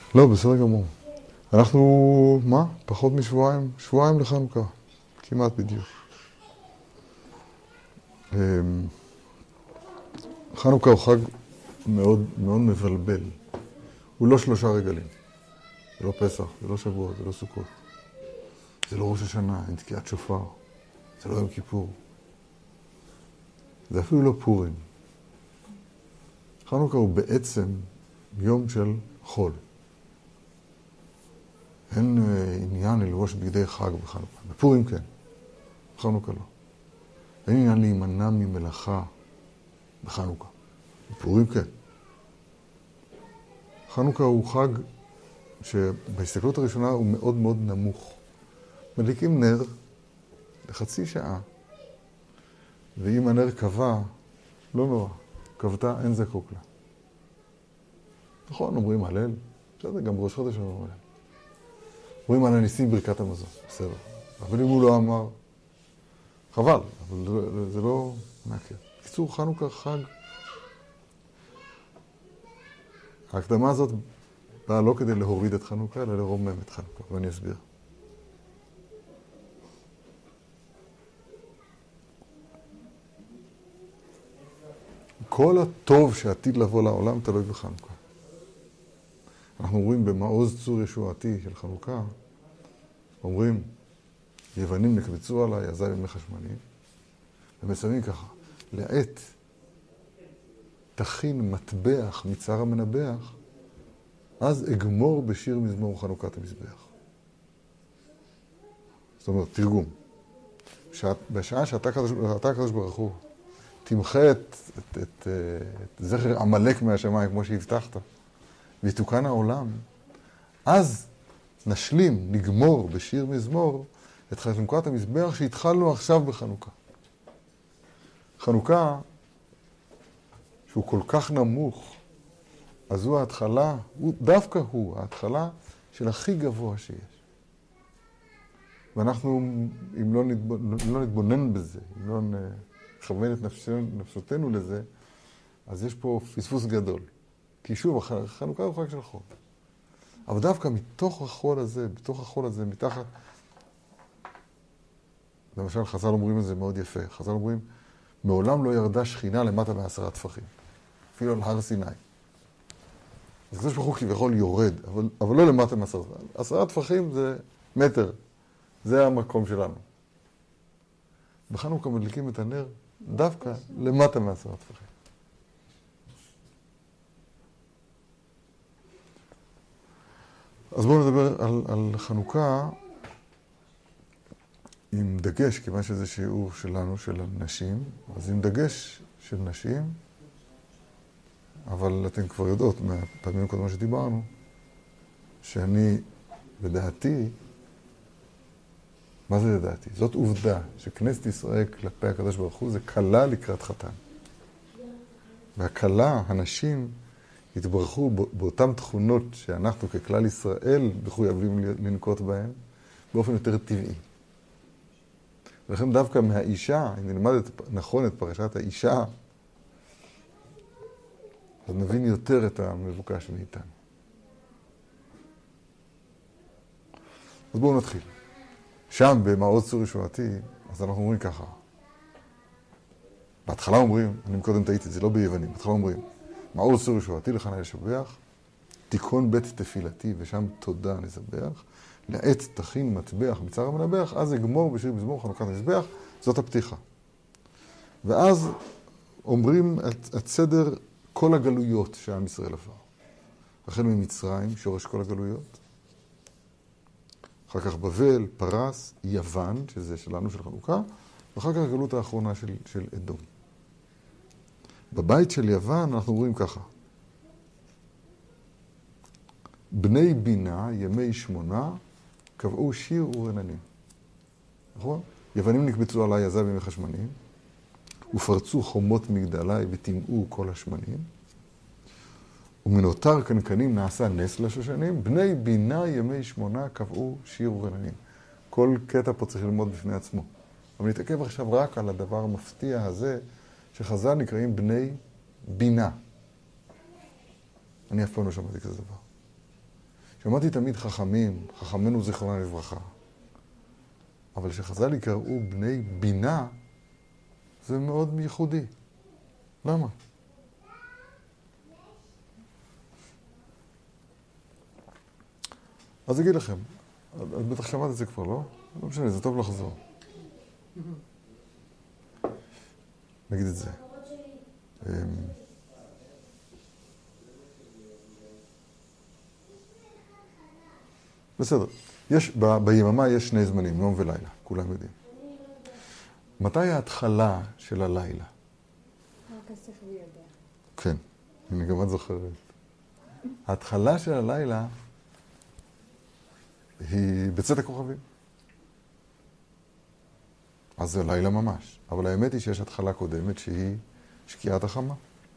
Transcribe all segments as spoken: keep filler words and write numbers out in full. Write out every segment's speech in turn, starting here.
לא, בסדר גמור. אנחנו, מה? פחות משבועיים, שבועיים לחנוכה. כמעט בדיוק. חנוכה הוא חג מאוד, מאוד מבלבל. הוא לא שלושה רגלים. זה לא פסח, זה לא שבוע, זה לא סוכות. זה לא ראש השנה, אין תקיעת שופר. זה לא יום כיפור. זה אפילו לא פורים. חנוכה הוא בעצם יום של חול. אין עניין ללבוש בגדי חג בחנוכה. בפורים כן, בחנוכה לא. אין עניין להימנע ממלאכה בחנוכה. בפורים כן. חנוכה הוא חג שבהסתכלות הראשונה הוא מאוד מאוד נמוך. מדליקים נר לחצי שעה, ואם הנר קבע, לא נורא. קבתה, אין זקוק לה. נכון, אומרים הלל. בסדר, גם בראש חודש אומרים הלל. אומרים על הניסים ברכת המזון, בסדר. אבל אם הוא לא אמר, חבל, אבל זה, זה לא מעכב. בקיצור, חנוכה חג. ההקדמה הזאת באה לא כדי להוריד את חנוכה, אלא לרומם את חנוכה, ואני אסביר. כל הטוב שעתיד לבוא לעולם תלוי בחנוכה. אנחנו אומרים במעוז צור ישועתי של חנוכה, אומרים, יוונים נקבצו עליי, עזי ימי חשמונאים, ומסיימים ככה, לעת תכין מטבח מצער המנבח, אז אגמור בשיר מזמור חנוכת המזבח. זאת אומרת, תרגום. שאת, בשעה שאתה הקדוש ברוך הוא, תמחה את, את, את, את זכר עמלק מהשמיים, כמו שהבטחת, ויתוקן העולם, אז נשלים, נגמור בשיר מזמור, את חנוכת המזבח שהתחלנו עכשיו בחנוכה. חנוכה, שהוא כל כך נמוך, אז הוא ההתחלה, הוא, דווקא הוא, ההתחלה של הכי גבוה שיש. ואנחנו, אם לא, נתבונן, אם לא נתבונן בזה, אם לא נכוון את נפשנו, נפשותנו לזה, אז יש פה פספוס גדול. כי שוב, חנוכה הוא חג של חול. אבל דווקא מתוך החול הזה, בתוך החול הזה, מתחת... למשל, חז"ל אומרים את זה מאוד יפה. חז"ל אומרים, מעולם לא ירדה שכינה למטה מעשרה טפחים. אפילו על הר סיני. אז הקדוש ברוך הוא כביכול יורד, אבל, אבל לא למטה מעשרה. עשרה טפחים זה מטר. זה המקום שלנו. בחנוכה מדליקים את הנר דווקא למטה מעשרה טפחים. אז בואו נדבר על, על חנוכה עם דגש, כיוון שזה שיעור שלנו, של הנשים, אז עם דגש של נשים, אבל אתן כבר יודעות מהפעמים הקודמות שדיברנו, שאני, בדעתי, מה זה לדעתי? זאת עובדה שכנסת ישראל כלפי הקדוש ברוך הוא זה קלה לקראת חתן. והקלה, הנשים, התברכו באותן תכונות שאנחנו ככלל ישראל מחויבים לנקוט בהן באופן יותר טבעי. ולכן דווקא מהאישה, אם נלמד את, נכון את פרשת האישה, אז נבין יותר את המבוקש מאיתנו. אז בואו נתחיל. שם במעוז צור ישועתי, אז אנחנו אומרים ככה. בהתחלה אומרים, אני מקודם טעיתי, זה לא ביוונים, בהתחלה אומרים, מעוז צור ישועתי לכנה לשבח, תיקון בית תפילתי ושם תודה נזבח, לעת תכין מטבח מצער המנבח, אז אגמור בשיר מזמור חנוכת המזבח, זאת הפתיחה. ואז אומרים את, את סדר כל הגלויות שעם ישראל עבר. החל ממצרים, שורש כל הגלויות, אחר כך בבל, פרס, יוון, שזה שלנו של חנוכה, ואחר כך הגלות האחרונה של, של אדום. בבית של יוון אנחנו רואים ככה. בני בינה, ימי שמונה, קבעו שיר ורננים. נכון? יוונים נקבצו עליי עזב ימי חשמונאים, ופרצו חומות מגדלי וטימאו כל השמנים, ומנותר קנקנים נעשה נס לשושנים, בני בינה ימי שמונה קבעו שיר ורננים. כל קטע פה צריך ללמוד בפני עצמו. אבל נתעכב עכשיו רק על הדבר המפתיע הזה, שחז"ל נקראים בני בינה. אני אף פעם לא שמעתי כזה דבר. שמעתי תמיד חכמים, חכמנו זיכרונם לברכה. אבל שחז"ל יקראו בני בינה, זה מאוד ייחודי. למה? אז אגיד לכם, את בטח שמעת את זה כבר, לא? לא משנה, זה טוב לחזור. נגיד את זה. בסדר. יש, ב, ביממה יש שני זמנים, יום ולילה, כולם יודעים. מתי ההתחלה של הלילה? רק השכל יודע. כן, אני גם את זוכרת. ההתחלה של הלילה היא בצאת הכוכבים. אז זה לילה ממש. אבל האמת היא שיש התחלה קודמת שהיא שקיעת החמה.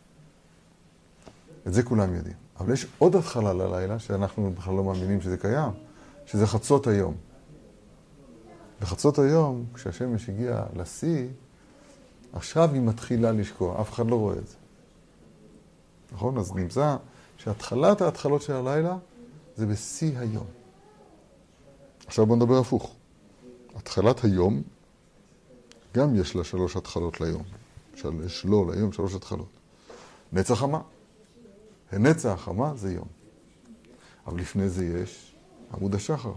את זה כולם יודעים. אבל יש עוד התחלה ללילה שאנחנו בכלל לא מאמינים שזה קיים, שזה חצות היום. בחצות היום, כשהשמש הגיע לשיא, עכשיו היא מתחילה לשקוע, אף אחד לא רואה את זה. נכון? אז נמצא שהתחלת ההתחלות של הלילה זה בשיא היום. עכשיו בוא נדבר הפוך. התחלת היום, גם יש לה שלוש התחלות ליום. יש לו ליום שלוש התחלות. נצח חמה. הנצח החמה זה יום. אבל לפני זה יש עמוד השחר.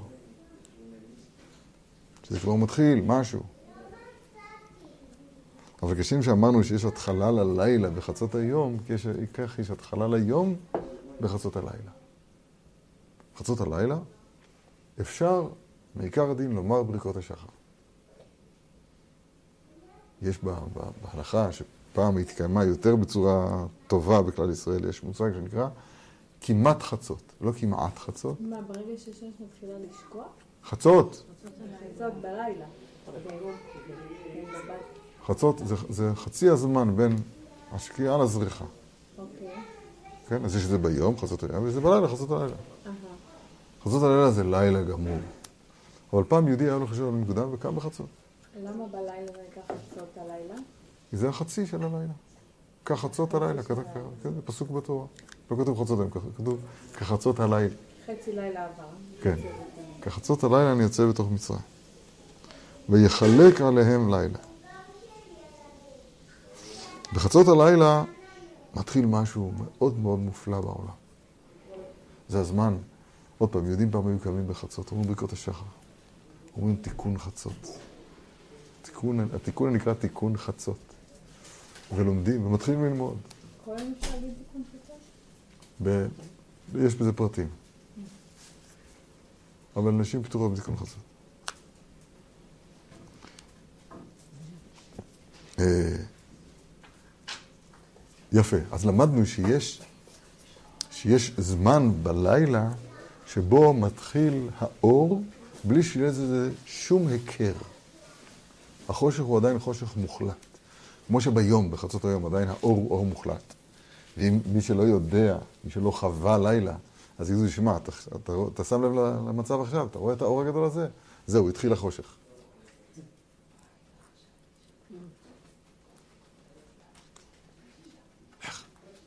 שזה כבר מתחיל, משהו. אבל כשם שאמרנו שיש התחלה ללילה בחצות היום, כך יש התחלה ליום בחצות הלילה. בחצות הלילה אפשר, מעיקר הדין, לומר ברכות השחר. יש בה, בה, בהלכה שפעם התקיימה יותר בצורה טובה בכלל ישראל, יש מושג שנקרא כמעט חצות, לא כמעט חצות. מה, ברגע ששש מתחילה לשקוע? חצות. חצות בלילה. חצות זה, זה חצי הזמן בין השקיעה לזריחה. אוקיי. כן, אז יש את זה ביום, חצות הלילה, וזה בלילה, חצות הלילה. אהה. חצות הלילה זה לילה גמור. אבל פעם יהודי היה לו חשוב על מוקדם וקם בחצות. למה בלילה זה ככה חצות הלילה? כי זה החצי של הלילה. כך חצות הלילה, כתוב, כן, זה פסוק בתורה. לא כתוב חצות הלילה, כתוב כחצות הלילה. חצי לילה עבר. כן. כחצות הלילה אני יוצא בתוך מצרים. ויחלק עליהם לילה. בחצות הלילה מתחיל משהו מאוד מאוד מופלא בעולם. זה הזמן, עוד פעם, יהודים פעם היו קמים בחצות, אומרים ברכות השחר. אומרים תיקון חצות. תיקון, התיקון נקרא תיקון חצות. ולומדים, ומתחילים ללמוד. כל היום אפשר להגיד תיקון חצות? ב... יש בזה פרטים. אבל אנשים פתורות בתיקון חצות. יפה. אז למדנו שיש, שיש זמן בלילה שבו מתחיל האור בלי שיהיה לזה שום היכר. החושך הוא עדיין חושך מוחלט. כמו שביום, בחצות היום, עדיין האור הוא אור מוחלט. ואם מי שלא יודע, מי שלא חווה לילה, אז יגידו, שמע, אתה, אתה, אתה שם לב למצב עכשיו, אתה רואה את האור הגדול הזה? זהו, התחיל החושך. לך.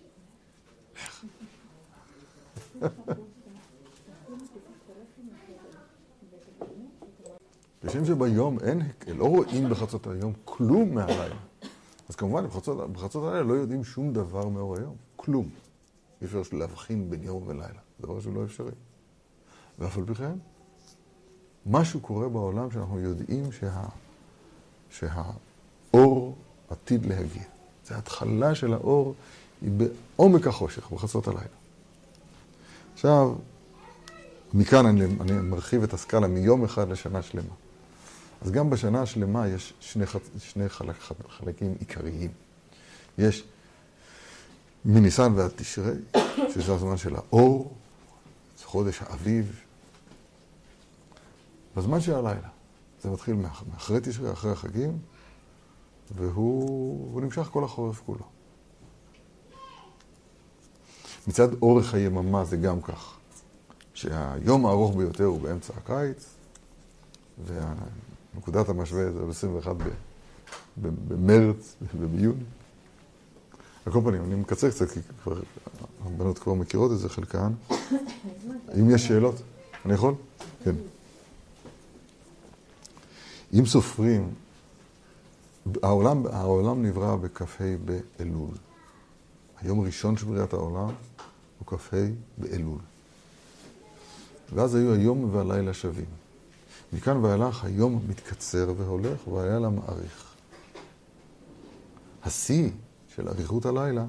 לך. כשם שביום אין, לא רואים בחצות היום כלום מהלילה. אז כמובן, בחצות, בחצות הלילה לא יודעים שום דבר מאור היום. כלום. אי אפשר להבחין בין יום ולילה. זה דבר שהוא לא אפשרי. ואף על פי כן, משהו קורה בעולם שאנחנו יודעים שה, שהאור עתיד להגיע. זה ההתחלה של האור, היא בעומק החושך, בחצות הלילה. עכשיו, מכאן אני, אני מרחיב את הסקאלה מיום אחד לשנה שלמה. אז גם בשנה השלמה יש שני, שני חלק, חלקים עיקריים. יש מניסן ועד תשרי, שזה הזמן של האור, זה חודש האביב. בזמן של הלילה, זה מתחיל מאחרי תשרי, אחרי החגים, והוא נמשך כל החורף כולו. מצד אורך היממה זה גם כך, שהיום הארוך ביותר הוא באמצע הקיץ, ונקודת המשווה זה ב-עשרים ואחד במרץ וביוני. על כל פנים, אני מקצר קצת, כי כבר, הבנות כבר מכירות את זה חלקן. אם יש שאלות, אני יכול? כן. אם סופרים, העולם, העולם נברא בכ"ה באלול. היום הראשון של בריאת העולם הוא כ"ה באלול. ואז היו היום והלילה שווים. מכאן ואילך היום מתקצר והולך, והלילה מאריך. השיא של אריכות הלילה,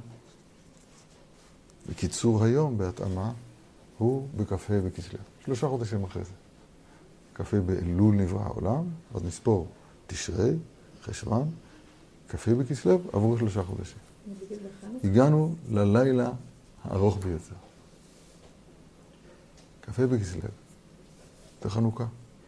בקיצור היום בהתאמה, הוא בכ"ה בכסלו. שלושה חודשים אחרי זה. כ"ה באלול נברא העולם, אז נספור תשרי, חשוון, כ"ה בכסלו, עברו שלושה חודשים. הגענו ללילה הארוך ביותר. כ"ה בכסלו, זה חנוכה.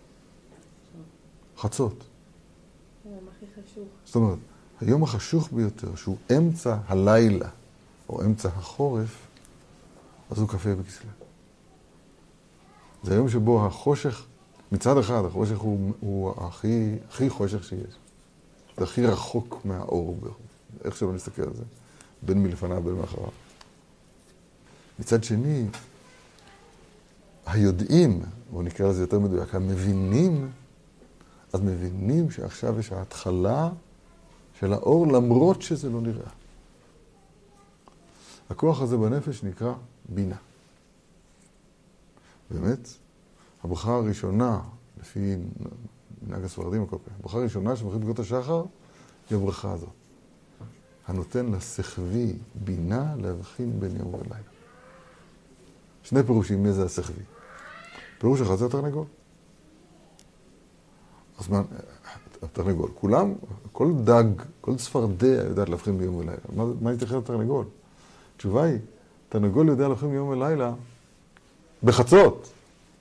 חצות. היום הכי חשוך. זאת אומרת, היום החשוך ביותר, שהוא אמצע הלילה, או אמצע החורף, אז הוא כ"ה בכסלו. זה היום שבו החושך, מצד אחד, החושך הוא, הוא הכי, הכי חושך שיש. זה הכי רחוק מהאור, איך שלא נסתכל על זה, בין מלפניו, בין מאחריו. מצד שני, היודעים, בואו נקרא לזה יותר מדויק, המבינים, אז מבינים שעכשיו יש ההתחלה של האור, למרות שזה לא נראה. הכוח הזה בנפש נקרא בינה. באמת, הברכה הראשונה, לפי מנהג הספרדים הכל פעם, הברכה הראשונה שמחית ברכות השחר, היא הברכה הזאת. הנותן לשכבי בינה להבחין בין יום ולילה. שני פירושים, מי זה השכבי? פירוש אחד זה התרנגול. אז מה, התרנגול, כולם, כל דג, כל צפרדע יודעת להבחין ביום ולילה. מה, מה יתחל התרנגול? התשובה היא, תרנגול יודע להבחין ביום ולילה בחצות.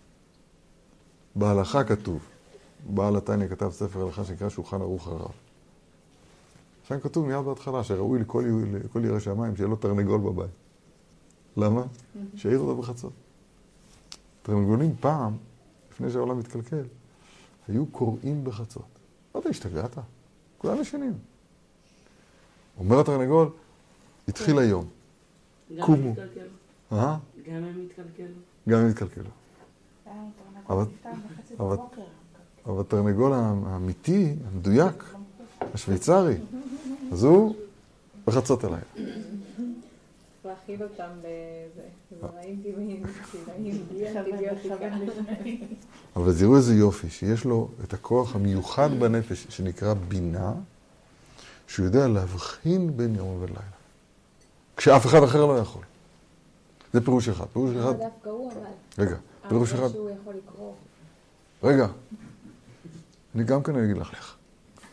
בהלכה כתוב, בעל התניא כתב ספר הלכה שנקרא שולחן ערוך הרב. שם כתוב מיד בהתחלה שראוי לכל, לכל ירא שמיים שיהיה לו תרנגול בבית. למה? שיעיר אותו בחצות. תרנגולים פעם, לפני שהעולם מתקלקל, היו קוראים בחצות. לא יודע, השתגעת? כולם ישנים. אומר התרנגול, התחיל היום. גם קומו. הם מתקלקלו. אה? גם הם מתקלקלו. גם הם התקלקלו. אבל, אבל, אבל התרנגול האמיתי, המדויק, השוויצרי, אז הוא בחצות עליי. להכיל אותם בזרעים טבעיים, טבעיים, בלי אנטיביוטיקה. אבל תראו איזה יופי, שיש לו את הכוח המיוחד בנפש שנקרא בינה, שהוא יודע להבחין בין יום ולילה. כשאף אחד אחר לא יכול. זה פירוש אחד. פירוש אחד... זה דווקא הוא אבל. רגע, פירוש אחד... אבל שהוא יכול לקרוא. רגע, אני גם כאן אגיד לך לך.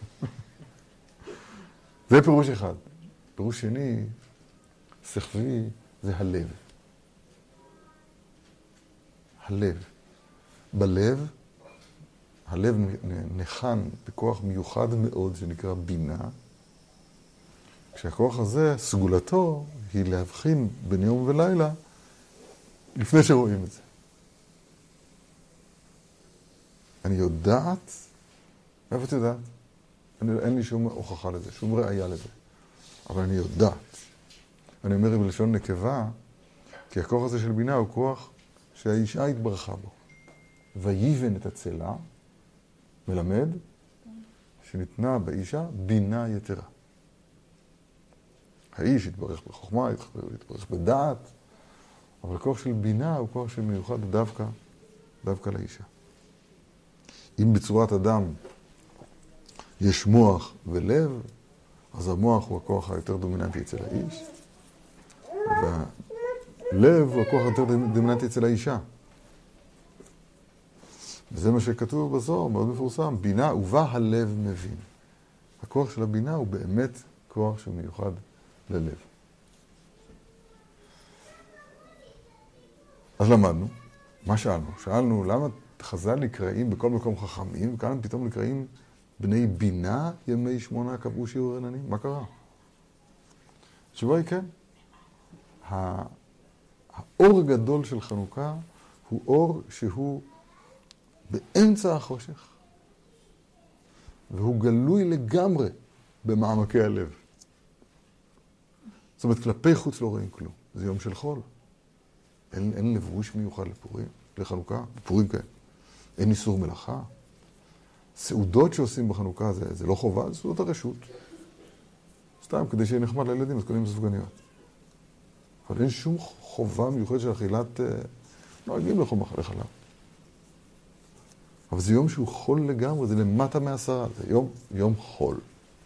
זה פירוש אחד. פירוש שני, שכבי זה הלב. הלב. בלב, הלב נחן בכוח מיוחד מאוד שנקרא בינה. כשהכוח הזה, סגולתו, היא להבחין בין יום ולילה לפני שרואים את זה. אני יודעת, איפה את יודעת? אני, אין לי שום הוכחה לזה, שום ראייה לזה. אבל אני יודעת. אני אומר בלשון נקבה, כי הכוח הזה של בינה הוא כוח שהאישה התברכה בו. ויבן את הצלה, מלמד, שניתנה באישה בינה יתרה. האיש התברך בחוכמה, התברך בדעת, אבל כוח של בינה הוא כוח שמיוחד דווקא, דווקא לאישה. אם בצורת אדם יש מוח ולב, אז המוח הוא הכוח היותר דומיננטי אצל האיש, והלב הוא הכוח היותר דומיננטי אצל האישה. וזה מה שכתוב בזוהר, מאוד מפורסם, בינה ובה הלב מבין. הכוח של הבינה הוא באמת כוח שמיוחד ללב. אז למדנו, מה שאלנו? שאלנו למה חז"ל נקראים בכל מקום חכמים, וכאן הם פתאום נקראים בני בינה ימי שמונה קבעו שיעור עננים? מה קרה? התשובה היא כן. האור הגדול של חנוכה הוא אור שהוא באמצע החושך, והוא גלוי לגמרי במעמקי הלב. זאת אומרת, כלפי חוץ לא רואים כלום. זה יום של חול. אין, אין לבוש מיוחד לפורים, לחנוכה, פורים כן. אין איסור מלאכה. סעודות שעושים בחנוכה זה, זה לא חובה, זה סעודות הרשות. סתם, כדי שיהיה נחמד לילדים, אז קונים סופגניות. אבל אין שום חובה מיוחדת של אכילת... נוהגים לאכול לחלב. אבל זה יום שהוא חול לגמרי, זה למטה מעשרה, זה יום, יום חול.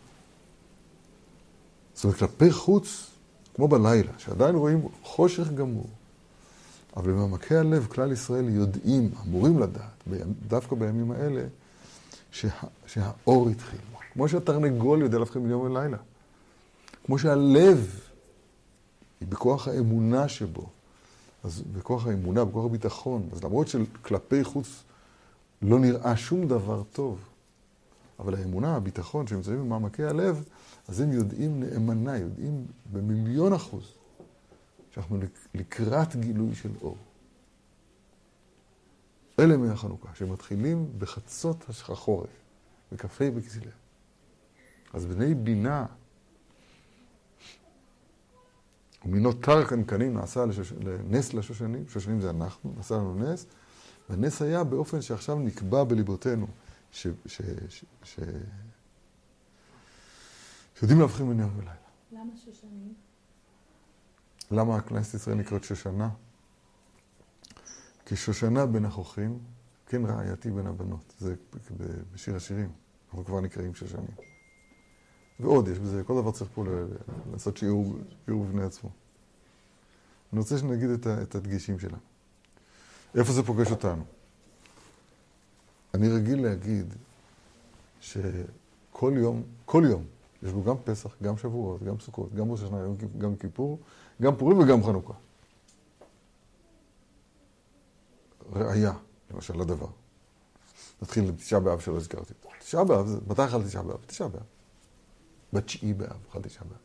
זאת אומרת, כלפי חוץ, כמו בלילה, שעדיין רואים חושך גמור. אבל במעמקי הלב, כלל ישראל יודעים, אמורים לדעת, דווקא בימים האלה, שה, שהאור התחיל. כמו שהתרנגול יודע להבחין בין יום ולילה. כמו שהלב, בכוח האמונה שבו, אז בכוח האמונה, בכוח הביטחון, אז למרות שכלפי חוץ לא נראה שום דבר טוב, אבל האמונה, הביטחון שנמצאים במעמקי הלב, אז הם יודעים נאמנה, יודעים במיליון אחוז, שאנחנו לקראת גילוי של אור. אלה ימי החנוכה, שמתחילים בחצות החורף, בכ"ה בכסלו. אז בני בינה, ומינו תר קנקנים נעשה לשוש... לנס לשושנים, שושנים זה אנחנו, נעשה לנו נס, והנס היה באופן שעכשיו נקבע בליבותינו, ש... ש... ש... ש... שיודעים להבחין בין יום ולילה. למה שושנים? למה כנסת ישראל נקראת שושנה? כי שושנה בין החוכים, כן רעייתי בין הבנות, זה בשיר השירים, אנחנו כבר נקראים שושנים. ועוד יש בזה, כל דבר צריך פה לעשות שיעור, שיעור בפני עצמו. אני רוצה שנגיד את, את הדגישים שלנו. איפה זה פוגש אותנו? אני רגיל להגיד שכל יום, כל יום, יש בו גם פסח, גם שבועות, גם סוכות, גם ראש השנה, גם כיפור, גם פורים וגם חנוכה. ראיה, למשל, לדבר. נתחיל לתשעה באב שלא הזכרתי. תשעה באב, מתי אכל תשעה באב? תשעה באב. בתשיעי באב, אכל תשעה באב.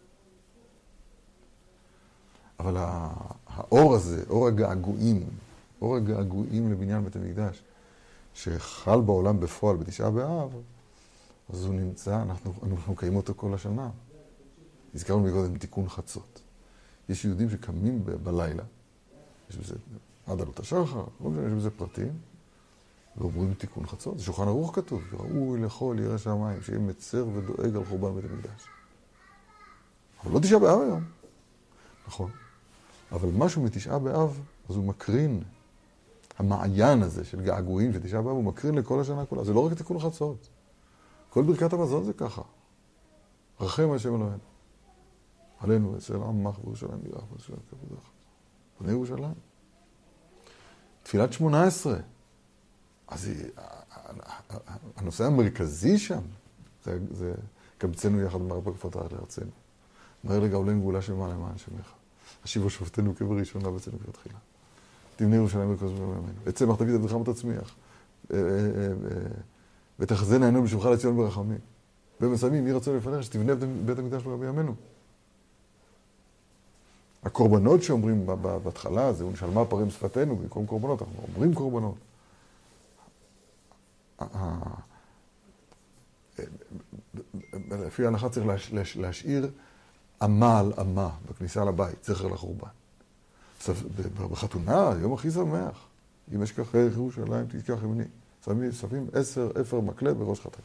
אבל האור הזה, אור הגעגועים, אור הגעגועים לבניין בית המקדש, שחל בעולם בפועל בתשעה באב, אז הוא נמצא, אנחנו, אנחנו מקיים אותו כל השנה. הזכרנו מקודם תיקון חצות. יש יהודים שקמים ב- בלילה, יש בזה עד עלות השחר, לא משנה, יש בזה פרטים, ואומרים תיקון חצות. זה שולחן ערוך כתוב, ראוי לכל ירא שמיים, שיהיה מצר ודואג על חורבן בית המקדש. אבל לא תשעה באב היום. נכון. אבל משהו מתשעה באב, אז הוא מקרין, המעיין הזה של געגועים של תשעה באב, הוא מקרין לכל השנה כולה. זה לא רק תיקון חצות. כל ברכת המזון זה ככה. רחם השם אלוהינו. עלינו, אצל עמך וירושלים ירח וירושלים כבודך. בני ירושלים. תפילת שמונה עשרה. אז הנושא המרכזי שם, זה, זה קבצנו יחד מארבע כפות הארץ לארצנו. מהר לגאולנו גאולה שלמה למען שמך. השיבו שופטנו כבראשונה ואצלנו כבתחילה. תבנה ירושלים וכוז בימינו. עצם אך תביא את אביך ותצמיח. ותחזן עינינו בשובך לציון ברחמים. ומסיימים, יהי רצון לפניך שתבנה בית המקדש שלך בימינו. הקורבנות שאומרים בהתחלה, זה ונשלמה פרים שפתנו, במקום קורבנות, אנחנו אומרים קורבנות. לפי ההלכה צריך להשאיר אמה על אמה בכניסה לבית, זכר לחורבן. בחתונה, היום הכי שמח. אם יש כך ערך ירושלים, תשכח ימיני. שמים עשר אפר מקלה בראש חתן.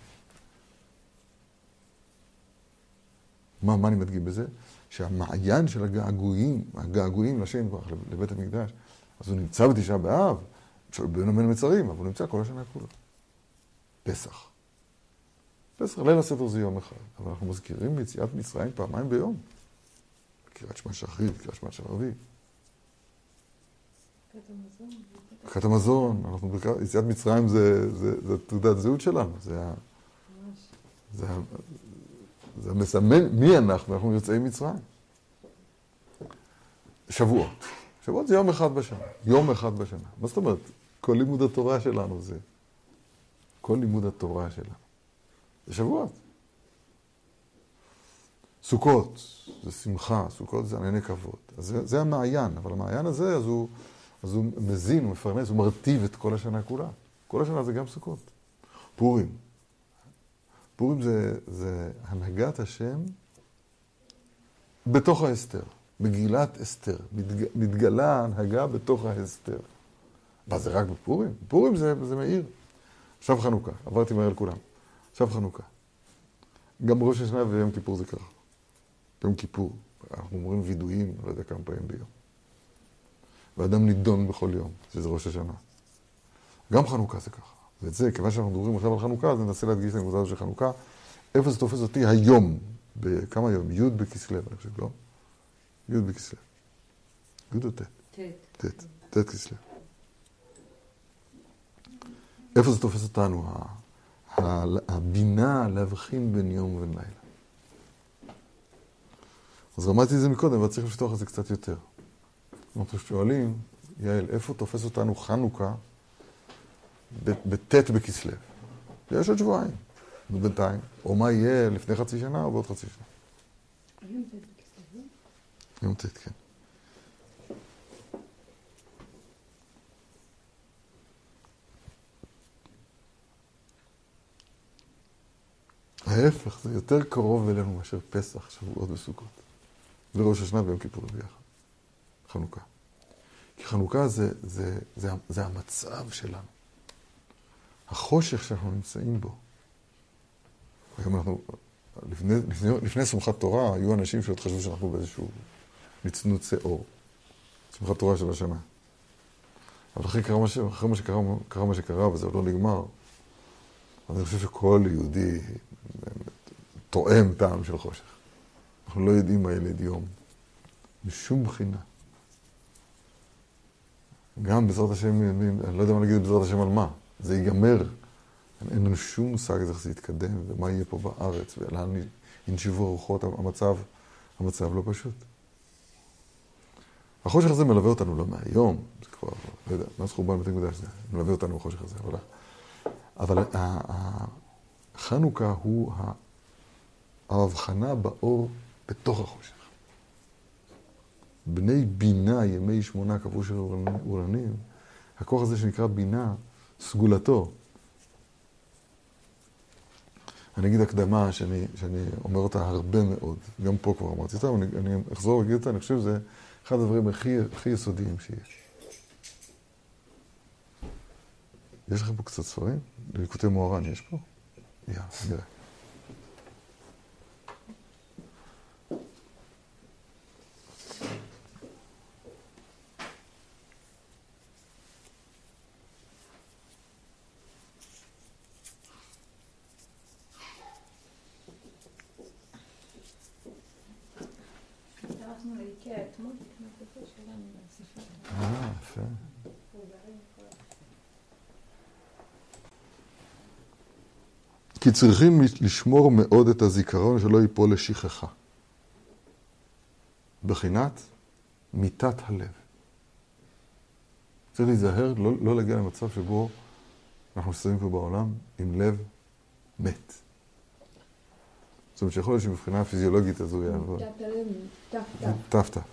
מה, מה אני מדגים בזה? שהמעיין של הגעגועים, הגעגועים לשם כבר לבית המקדש, אז הוא נמצא בתשעה באב, בין המצרים, אבל הוא נמצא כל השנה כולה. פסח. פסח, ליל הסדר זה יום אחד, אבל אנחנו מזכירים יציאת מצרים פעמיים ביום. קריאת שמע שחרית, קריאת שמע של ערבית. ברכת המזון. ברכת המזון, אנחנו ברכת, יציאת מצרים זה, זה, זה תעודת זהות שלנו, זה ה... זה ה... זה מסמן מי אנחנו, אנחנו יוצאים מצרים. שבועות. שבועות זה יום אחד בשנה. יום אחד בשנה. מה זאת אומרת? כל לימוד התורה שלנו זה. כל לימוד התורה שלנו. זה שבועות. סוכות, זה שמחה. סוכות זה ענני כבוד. אז זה, זה המעיין. אבל המעיין הזה, אז הוא, אז הוא מזין, הוא מפרנס, הוא מרטיב את כל השנה כולה. כל השנה זה גם סוכות. פורים. פורים זה, זה הנהגת השם בתוך ההסתר. מגילת אסתר. מתג... מתגלה ההנהגה בתוך ההסתר. מה, זה רק בפורים? בפורים זה, זה מאיר. עכשיו חנוכה. עברתי מהר לכולם. עכשיו חנוכה. גם ראש השנה ויום כיפור זה ככה. יום כיפור. אנחנו אומרים וידויים, לא יודע כמה פעמים ביום. ואדם נידון בכל יום, שזה ראש השנה. גם חנוכה זה ככה. ואת זה, כיוון שאנחנו מדברים עכשיו על חנוכה, אז ננסה להדגיש את הנקודה של חנוכה. איפה זה תופס אותי היום? בכמה יום? י' בכסלו, אני חושב, לא? י' בכסלו. י' או ט'? ט'. ט', ט' כסלו. איפה זה תופס אותנו? הבינה להבחין בין יום ובין לילה. אז רמזתי את זה מקודם, אבל צריך לפתוח את זה קצת יותר. אנחנו שואלים, יעל, איפה תופס אותנו חנוכה בט' בכסלו? יש עוד שבועיים, בינתיים. או מה יהיה לפני חצי שנה או בעוד חצי שנה. היום ט' בכסלו? היום ט', כן. ההפך, זה יותר קרוב אלינו מאשר פסח, שבועות וסוכות. וראש השנה ויום כיפור ביחד. חנוכה. כי חנוכה זה, זה, זה, זה המצב שלנו. החושך שאנחנו נמצאים בו. היום אנחנו, לפני, לפני, לפני שמחת תורה, היו אנשים שעוד חשבו שאנחנו באיזשהו נצנוצי אור. שמחת תורה של השנה. אבל אחרי, קרה מה, ש, אחרי מה שקרה, קרה מה שקרה, וזה עוד לא נגמר, אז אני חושב שכל יהודי תואם טעם של חושך. אנחנו לא יודעים מה ילד יום. בשום בחינה. גם בעזרת השם, אני לא יודע מה להגיד בעזרת השם על מה. זה ייגמר. אין לנו שום מושג איך זה יתקדם, ומה יהיה פה בארץ, ולאן ינשבו הרוחות. המצב, המצב לא פשוט. החושך הזה מלווה אותנו לא מהיום. זה כבר, לא יודע, מה זכור בן בית המקדש זה? מלווה אותנו החושך הזה. אבל, אבל החנוכה הוא ההבחנה באור בתוך החושך. בני בינה, ימי שמונה קבעו של אורנים, הכוח הזה שנקרא בינה, סגולתו. אני אגיד הקדמה שאני, שאני אומר אותה הרבה מאוד, גם פה כבר אמרתי אותה, אני, אני אחזור להגיד אותה, אני חושב שזה אחד הדברים הכי, הכי יסודיים שיש. יש לכם פה קצת ספרים? ליקוטי מוהר"ן יש פה? יאללה, נראה. הלכנו לאיקאה אתמול, לקנות את זה שלנו מהספר. אה, יפה. כי צריכים לשמור מאוד את הזיכרון שלא ייפול לשכחה. בחינת מיתת הלב. צריך להיזהר, לא, לא להגיע למצב שבו אנחנו מסתובבים פה בעולם עם לב מת. זאת אומרת שיכול להיות שמבחינה הפיזיולוגית הזו יעבוד. מיתת הלב, טף טף טף. טף.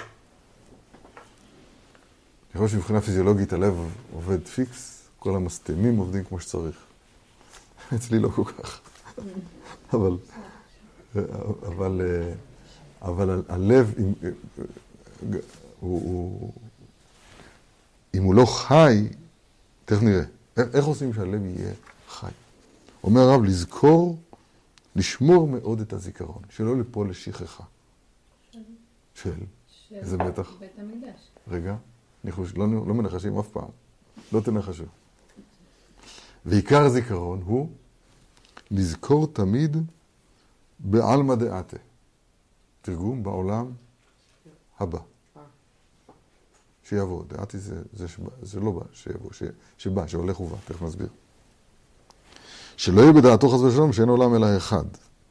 יכול להיות שמבחינה פיזיולוגית הלב עובד פיקס, כל המסתמים עובדים כמו שצריך. אצלי לא כל כך. אבל, אבל, אבל הלב, אם, הוא, הוא, אם הוא לא חי, תכף נראה, איך עושים שהלב יהיה חי? אומר הרב, לזכור, לשמור מאוד את הזיכרון, שלא ליפול לשכחה. של? איזה בטח? בית המקדש. רגע, ניחוש, לא, לא מנחשים אף פעם. לא תנחשו. ועיקר הזיכרון הוא לזכור תמיד בעלמא דעתה. תרגום בעולם הבא. שיבוא. דעתי זה, זה, שבא, זה לא בא, שיבוא, ש, שבא, שהולך ובא. תכף נסביר. שלא יהיה בדעתו חס ושלום שאין עולם אלא אחד.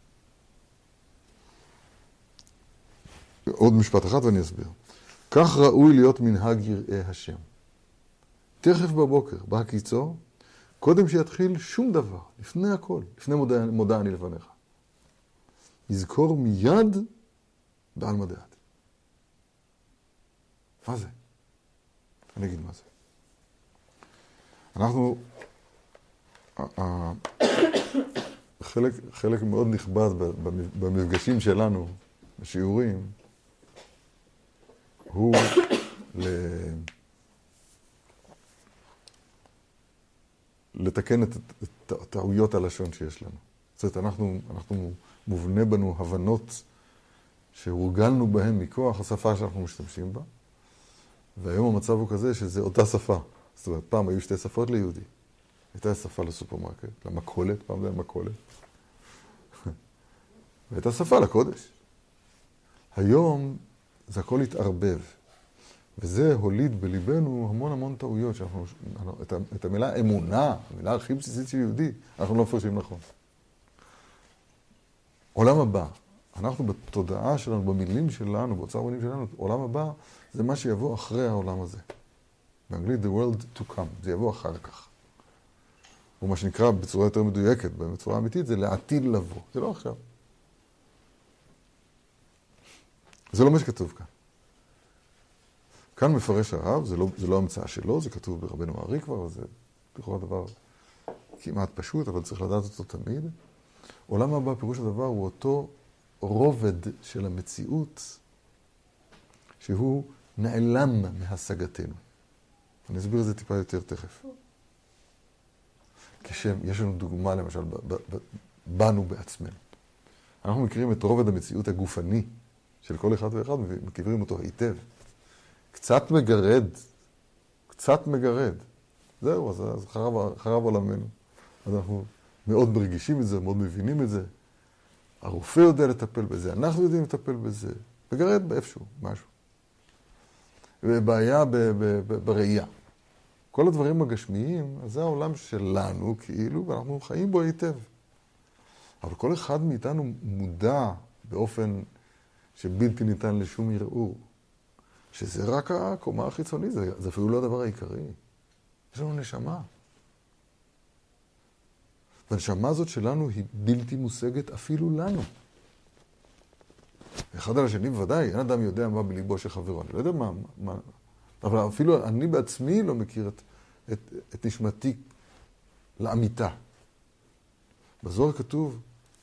עוד משפט אחד ואני אסביר. כך ראוי להיות מנהג יראי השם. תכף בבוקר, בהקיצו, קודם שיתחיל שום דבר, לפני הכל, לפני מודע, מודע אני לפניך. יזכור מיד בעלמא דעתה. מה זה? אני אגיד מה זה. אנחנו, חלק, חלק מאוד נכבד במפגשים שלנו, בשיעורים, הוא ל... לתקן את טעויות הלשון שיש לנו. זאת אומרת, אנחנו, אנחנו מובנה בנו הבנות שהורגלנו בהן מכוח השפה שאנחנו משתמשים בה, והיום המצב הוא כזה שזה אותה שפה. זאת אומרת, פעם היו שתי שפות ליהודי. הייתה שפה לסופרמרקט, למכולת, פעם זה היה מכולת. והייתה שפה לקודש. היום זה הכל התערבב. וזה הוליד בליבנו המון המון טעויות, שאנחנו, את, את המילה אמונה, המילה הכי בסיסית של יהודי, אנחנו לא מפרשים נכון. עולם הבא, אנחנו בתודעה שלנו, במילים שלנו, באוצר המילים שלנו, עולם הבא זה מה שיבוא אחרי העולם הזה. באנגלית, the world to come, זה יבוא אחר כך. ומה שנקרא בצורה יותר מדויקת, בצורה אמיתית, זה לעתיד לבוא. זה לא עכשיו. זה לא מה שכתוב כאן. כאן מפרש הרב, זה לא, זה לא המצאה שלו, זה כתוב ברבנו הארי כבר, זה לכאורה דבר כמעט פשוט, אבל צריך לדעת אותו תמיד. עולם הבא, פירוש הדבר, הוא אותו רובד של המציאות, שהוא נעלם מהשגתנו. אני אסביר את זה טיפה יותר תכף. כשיש לנו דוגמה, למשל, ב- ב- ב- בנו בעצמנו. אנחנו מכירים את רובד המציאות הגופני של כל אחד ואחד, ומכירים אותו היטב. קצת מגרד, קצת מגרד. זהו, אז, אז חרב, חרב עולמנו. אז אנחנו מאוד מרגישים את זה, מאוד מבינים את זה. הרופא יודע לטפל בזה, אנחנו יודעים לטפל בזה. מגרד באיפשהו, משהו. ובעיה ב- ב- ב- בראייה. כל הדברים הגשמיים, אז זה העולם שלנו, כאילו, ואנחנו חיים בו היטב. אבל כל אחד מאיתנו מודע באופן שבלתי ניתן לשום ערעור. שזה רק הקומה החיצונית, זה, זה אפילו לא הדבר העיקרי. יש לנו נשמה. והנשמה הזאת שלנו היא בלתי מושגת אפילו לנו. אחד על השני בוודאי, אין אדם יודע מה בליבו של חברו. אני לא יודע מה, מה... אבל אפילו אני בעצמי לא מכיר את, את, את נשמתי לאמיתה. בזוהר כתוב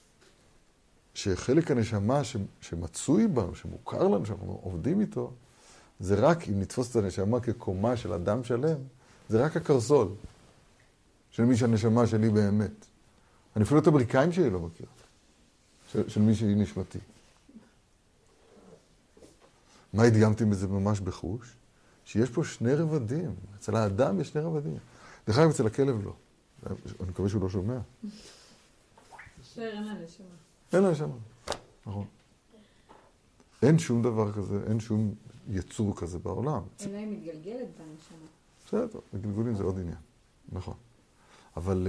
שחלק הנשמה ש, שמצוי בנו, שמוכר לנו, שאנחנו עובדים איתו, זה רק, אם נתפוס את הנשמה כקומה של אדם שלם, זה רק הקרסול של מי שהנשמה שלי באמת. אני אפילו את האמריקאים שלי לא מכיר, של, של מי שהיא נשמתי. מה הדגמתי בזה ממש בחוש? שיש פה שני רבדים. אצל האדם יש שני רבדים. דרך אגב, אצל הכלב לא. אני מקווה שהוא לא שומע. שר, אין לה נשמה. אין לה נשמה, נכון. אין שום דבר כזה, אין שום יצור כזה בעולם. אלא היא מתגלגלת בנשמה. בסדר, הגלגולים זה עוד עניין. נכון. אבל...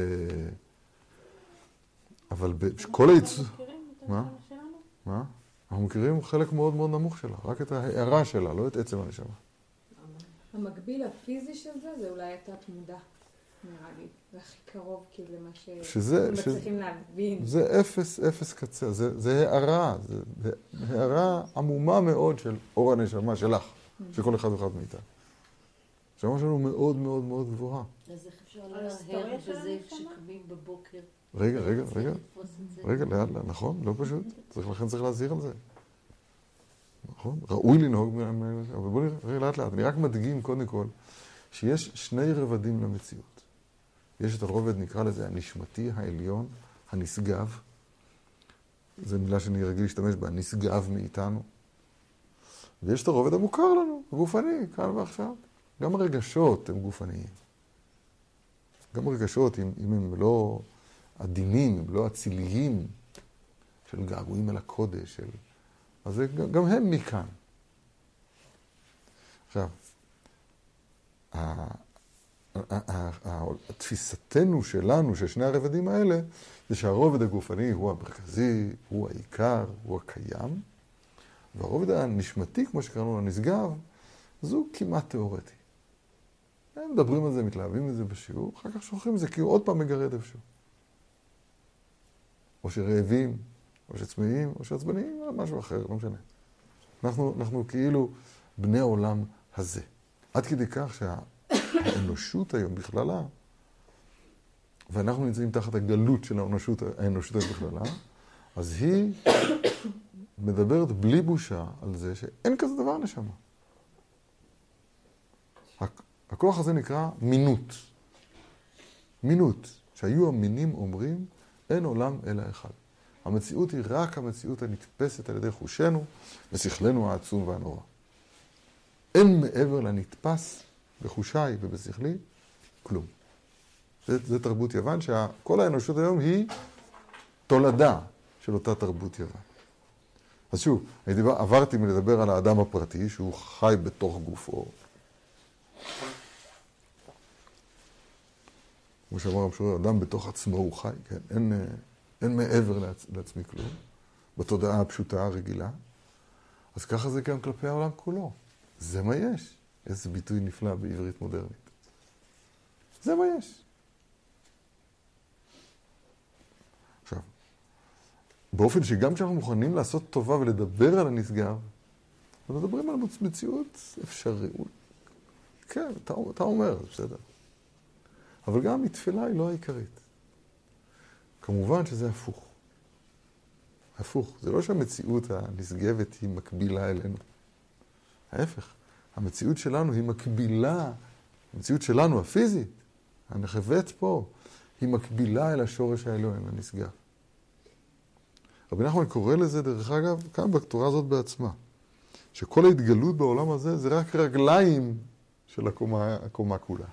אבל כל היצור... אנחנו מכירים את מה? הנשמה שלנו? מה? אנחנו מכירים חלק מאוד מאוד נמוך שלה, רק את ההערה שלה, לא את עצם הנשמה. המקביל הפיזי של זה, זה אולי התת מודע, נראה לי. זה הכי קרוב כאילו למה שזה- שמצליחים להבין. זה אפס, אפס קצה, זה, זה הערה, זה, זה הערה עמומה מאוד של אור הנשמה שלך, של כל אחד ואחד מאיתנו. הנשמה שלנו מאוד מאוד מאוד גבוהה. אז איך אפשר על להרהר ההיסטוריה של בזה הנשמה? כשקמים בבוקר? רגע, רגע, רגע, לתפוס את זה? רגע, לאט, לאט, נכון, לא פשוט. צריך, לכן צריך להזהיר על זה. נכון? ראוי לנהוג, מ- מ- אבל בואו נראה לאט לאט. אני רק מדגים קודם כל, שיש שני רבדים למציאות. יש את הרובד, נקרא לזה, הנשמתי העליון, הנשגב. זו מילה שאני רגיל להשתמש בה, נשגב מאיתנו. ויש את הרובד המוכר לנו, הגופני, כאן ועכשיו. גם הרגשות הם גופניים. גם הרגשות, אם, אם הם לא עדינים, אם לא אציליים, של געגועים אל הקודש, של... אז זה, גם הם מכאן. עכשיו, התפיסתנו שלנו, של שני הרבדים האלה, זה שהרובד הגופני הוא המרכזי, הוא העיקר, הוא הקיים, והרובד הנשמתי, כמו שקראנו לנשגב, זו כמעט תיאורטי. הם מדברים על זה, מתלהבים על זה בשיעור, אחר כך שוכחים את זה, כי הוא עוד פעם מגרד איפשהו. או שרעבים, או שצמאים, או שעצבניים, או משהו אחר, לא משנה. אנחנו, אנחנו כאילו בני העולם הזה. עד כדי כך שהאנושות היום בכללה, ואנחנו נמצאים תחת הגלות של האנושות, האנושות היום בכללה, אז היא מדברת בלי בושה על זה שאין כזה דבר נשמה. הכוח הזה נקרא מינות. מינות, שהיו המינים אומרים, אין עולם אלא אחד. המציאות היא רק המציאות הנתפסת על ידי חושנו ושכלנו העצום והנורא. אין מעבר לנתפס בחושיי ובשכלי כלום. זה, זה תרבות יוון, שכל האנושות היום היא תולדה של אותה תרבות יוון. אז שוב, אני דיבר, עברתי מלדבר על האדם הפרטי, שהוא חי בתוך גופו. כמו שאמר המשורר, אדם בתוך עצמו הוא חי, כן? אין, אין מעבר לעצ, לעצמי כלום, בתודעה הפשוטה הרגילה. אז ככה זה גם כלפי העולם כולו. זה מה יש. איזה ביטוי נפלא בעברית מודרנית. זה מה יש. עכשיו, באופן שגם כשאנחנו מוכנים לעשות טובה ולדבר על הנשגב, אנחנו מדברים על מציאות אפשרית. כן, אתה, אתה אומר, בסדר. אבל גם התפילה היא לא העיקרית. כמובן שזה הפוך. הפוך. זה לא שהמציאות הנשגבת היא מקבילה אלינו. ההפך. המציאות שלנו היא מקבילה, המציאות שלנו הפיזית, הנחבט פה, היא מקבילה אל השורש האלוהים, הנשגב. רבי נחמן קורא לזה, דרך אגב, כאן בתורה הזאת בעצמה, שכל ההתגלות בעולם הזה זה רק רגליים של הקומה, הקומה כולה.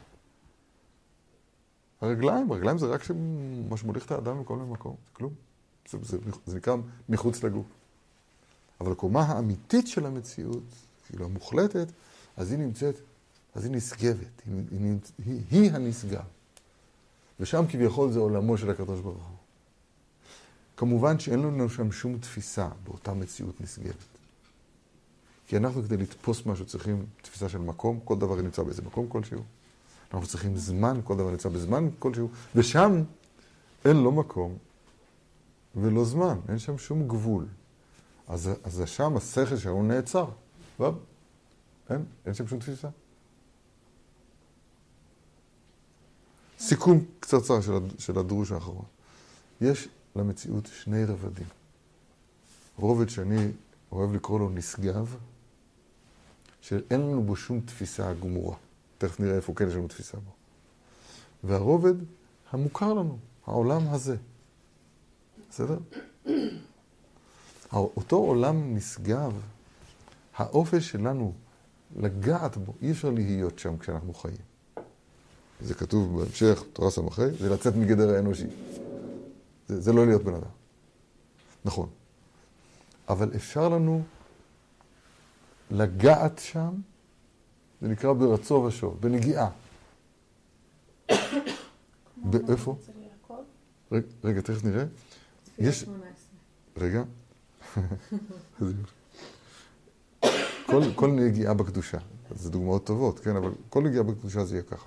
הרגליים, הרגליים זה רק מה שמוליך את האדם מכל מיני מקום, זה כלום. זה, זה, זה נקרא מחוץ לגוף. אבל הקומה האמיתית של המציאות, כאילו המוחלטת, אז היא נמצאת, אז היא נשגבת, היא, היא, היא, היא הנשגב. ושם כביכול זה עולמו של הקדוש ברוך הוא. כמובן שאין לנו שם שום תפיסה באותה מציאות נשגבת. כי אנחנו כדי לתפוס משהו צריכים תפיסה של מקום, כל דבר נמצא באיזה מקום כלשהו. אנחנו צריכים זמן, כל דבר נמצא בזמן כלשהו, ושם אין לו מקום ולא זמן, אין שם שום גבול. אז, אז שם השכל שלנו נעצר. ואב, אין, אין שם שום תפיסה. סיכום קצרצר של, של הדרוש האחרון. יש למציאות שני רבדים. רובד שאני אוהב לקרוא לו נשגב, שאין לנו בו שום תפיסה גמורה. תכף נראה איפה כן יש לנו תפיסה בו. והרובד המוכר לנו, העולם הזה. בסדר? אותו עולם נשגב, האופן שלנו לגעת בו, אי אפשר להיות שם כשאנחנו חיים. זה כתוב בהמשך, תורה סמכי, זה לצאת מגדר האנושי. זה, זה לא להיות בן אדם. נכון. אבל אפשר לנו לגעת שם, זה נקרא ברצו ושוב, בנגיעה. באיפה? רגע, רגע, תכף נראה. יש... רגע. כל, כל נגיעה בקדושה, זה דוגמאות טובות, כן? אבל כל נגיעה בקדושה זה יהיה ככה.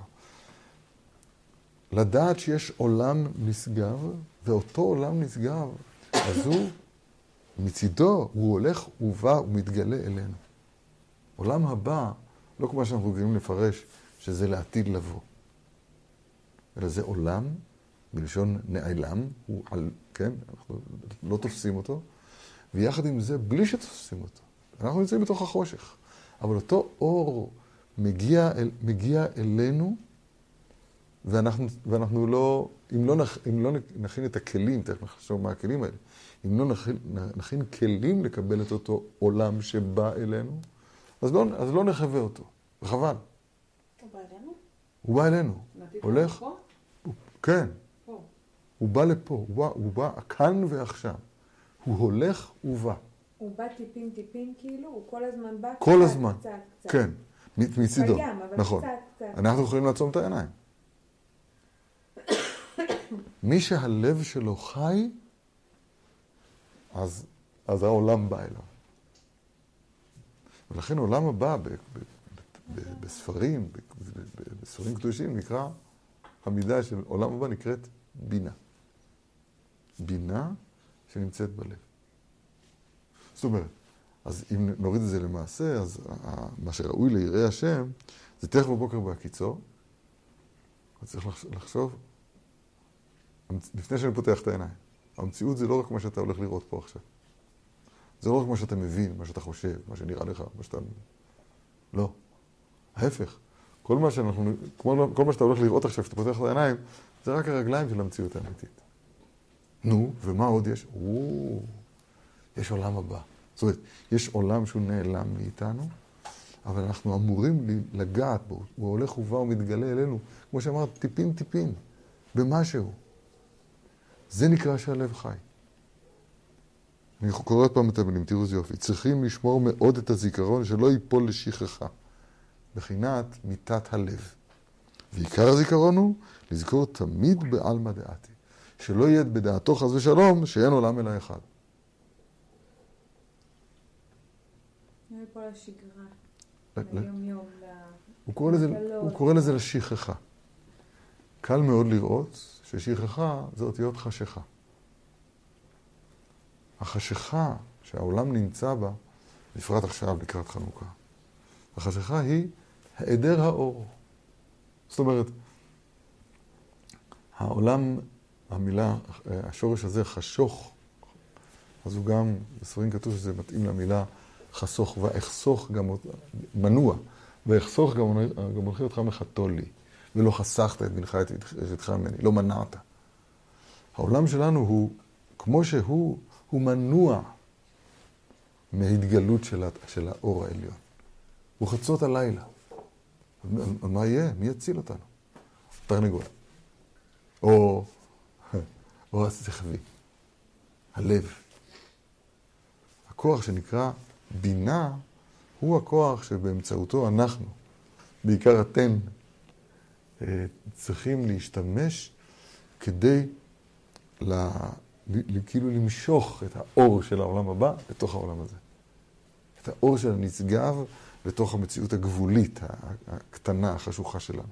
לדעת שיש עולם נשגב, ואותו עולם נשגב, אז הוא, מצידו, הוא הולך ובא ומתגלה אלינו. עולם הבא, לא כמו שאנחנו רגילים לפרש, שזה לעתיד לבוא. אלא זה עולם, בלשון נעלם, הוא על, כן? אנחנו לא תופסים אותו, ויחד עם זה, בלי שתופסים אותו. אנחנו נמצאים בתוך החושך. אבל אותו אור מגיע, אל, מגיע אלינו, ואנחנו, ואנחנו לא, אם לא, נכ, אם לא נכין את הכלים, תכף נחשוב מה הכלים האלה, אם לא נכין, נכין כלים לקבל את אותו עולם שבא אלינו, אז לא, אז לא נחווה אותו. וחבל. הוא בא אלינו? הוא בא אלינו. הולך? פה? הוא, כן. פה. הוא בא לפה, הוא בא, הוא בא כאן ועכשיו. הוא הולך ובא. הוא בא טיפין טיפין כאילו? הוא כל הזמן בא? כל קצת, הזמן. קצת, קצת. כן, מצידו. קיים, אבל נכון. קצת, קצת. אנחנו יכולים לעצום את העיניים. מי שהלב שלו חי, אז, אז העולם בא אליו. ולכן עולם הבא ב, ב, ב, ב, בספרים, ב, ב, ב, בספרים קדושים נקרא, המידה של עולם הבא נקראת בינה. בינה שנמצאת בלב. זאת אומרת, אז אם נוריד את זה למעשה, אז מה שראוי ליראי השם, זה תכף בבוקר בהקיצור. אז צריך לחשוב, לפני שאני פותח את העיניים, המציאות זה לא רק מה שאתה הולך לראות פה עכשיו. זה לא רק מה שאתה מבין, מה שאתה חושב, מה שנראה לך, מה שאתה... לא. ההפך. כל מה שאנחנו, כל, כל מה שאתה הולך לראות עכשיו, שאתה פותח את העיניים, זה רק הרגליים של המציאות האמיתית. נו, ומה עוד יש? או, יש עולם הבא. זאת אומרת, יש עולם שהוא נעלם מאיתנו, אבל אנחנו אמורים לגעת בו. הוא הולך ובא ומתגלה אלינו, כמו שאמרת, טיפין טיפין, במשהו. זה נקרא שהלב חי. אני קורא עוד פעם את המילים, תראו איזה יופי. צריכים לשמור מאוד את הזיכרון שלא ייפול לשכחה. בחינת מיטת הלב. ועיקר הזיכרון הוא לזכור תמיד בעלמא דעתי. שלא יהיה בדעתו חס ושלום שאין עולם אלא אחד. נראה פה לשגרה. ליום יום. הוא קורא לזה לשכחה. קל מאוד לראות ששכחה זה אותיות חשיכה. החשיכה שהעולם נמצא בה, בפרט עכשיו לקראת חנוכה, החשיכה היא היעדר האור. זאת אומרת, העולם, המילה, השורש הזה חשוך, אז הוא גם, בספרים כתוב שזה מתאים למילה חסוך, ואחסוך גם, מנוע, ואחסוך גם, גם הולכי אותך מחתול לי, ולא חסכת את בנך את אשתך ממני, לא מנעת. העולם שלנו הוא, כמו שהוא, הוא מנוע מהתגלות של, של האור העליון. הוא חצות הלילה. מה יהיה? מי יציל אותנו? תרנגול. או, או השכבי. הלב. הכוח שנקרא בינה הוא הכוח שבאמצעותו אנחנו, בעיקר אתם, צריכים להשתמש כדי לה, כאילו למשוך את האור של העולם הבא לתוך העולם הזה. את האור של הנשגב לתוך המציאות הגבולית, הקטנה, החשוכה שלנו.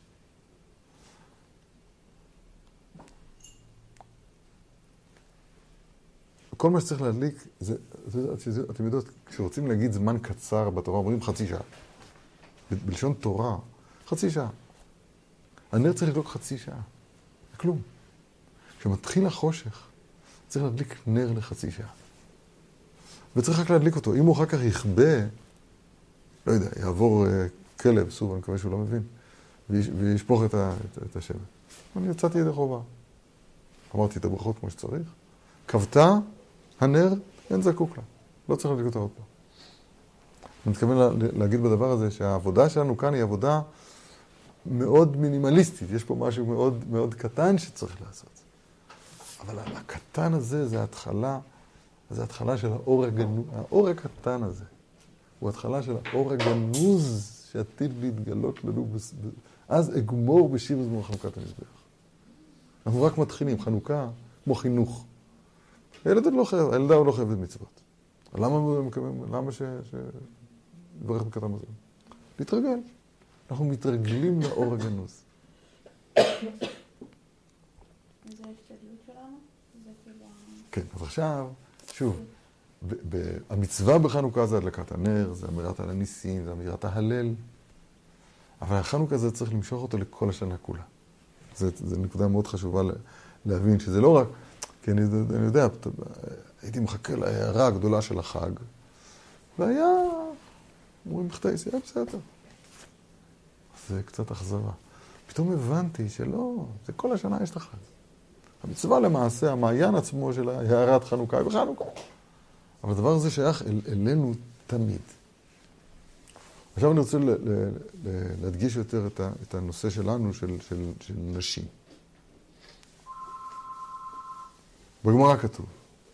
כל מה שצריך להדליק, זה, זה, אתם יודעות, כשרוצים להגיד זמן קצר בתורה, אומרים חצי שעה. בלשון תורה, חצי שעה. הנר צריך לדלוק חצי שעה. זה כלום. כשמתחיל החושך, צריך להדליק נר לחצי שעה. וצריך רק להדליק אותו. אם הוא אחר כך יכבה, לא יודע, יעבור uh, כלב, סוב, אני מקווה שהוא לא מבין, ויש, וישפוך את, ה, את, את השמן. אני יצאתי ידי חובה. אמרתי את הברכות כמו שצריך. כבתה הנר, אין זקוק לה. לא צריך להדליק אותה עוד פעם. אני מתכוון לה, להגיד בדבר הזה שהעבודה שלנו כאן היא עבודה מאוד מינימליסטית. יש פה משהו מאוד, מאוד קטן שצריך לעשות. אבל הקטן הזה זה ההתחלה, זה ההתחלה של האור הגנוז. האור הקטן הזה הוא ההתחלה של האור הגנוז שעתיד להתגלות לנו. בס... אז אגמור בשיר זמור חנוכת המזבח. אנחנו רק מתחילים. חנוכה כמו חינוך. הילד עוד לא חייב, הילדה עוד לא חייבת מצוות. למה, למה ש... ש... לברך בקטן מזון? להתרגל. אנחנו מתרגלים לאור הגנוז. זה ההשתדלות שלנו? זה כאילו... כן, אז עכשיו, שוב, ב- ב- המצווה בחנוכה זה הדלקת הנר, זה אמירת על הניסים, זה אמירת ההלל. אבל החנוכה הזה צריך למשוך אותו לכל השנה כולה. זו נקודה מאוד חשובה להבין שזה לא רק, כי אני, אני יודע, הייתי מחכה להערה הגדולה של החג, והיה, אומרים בכתייס, היה בסדר. זה קצת אכזבה. פתאום הבנתי שלא, זה כל השנה יש את החג. המצווה למעשה, המעיין עצמו של הערת חנוכה היא בחנוכה. אבל הדבר הזה שייך אל, אלינו תמיד. עכשיו אני רוצה ל, ל, ל, להדגיש יותר את, ה, את הנושא שלנו, של, של, של נשים. בגמרא כתוב.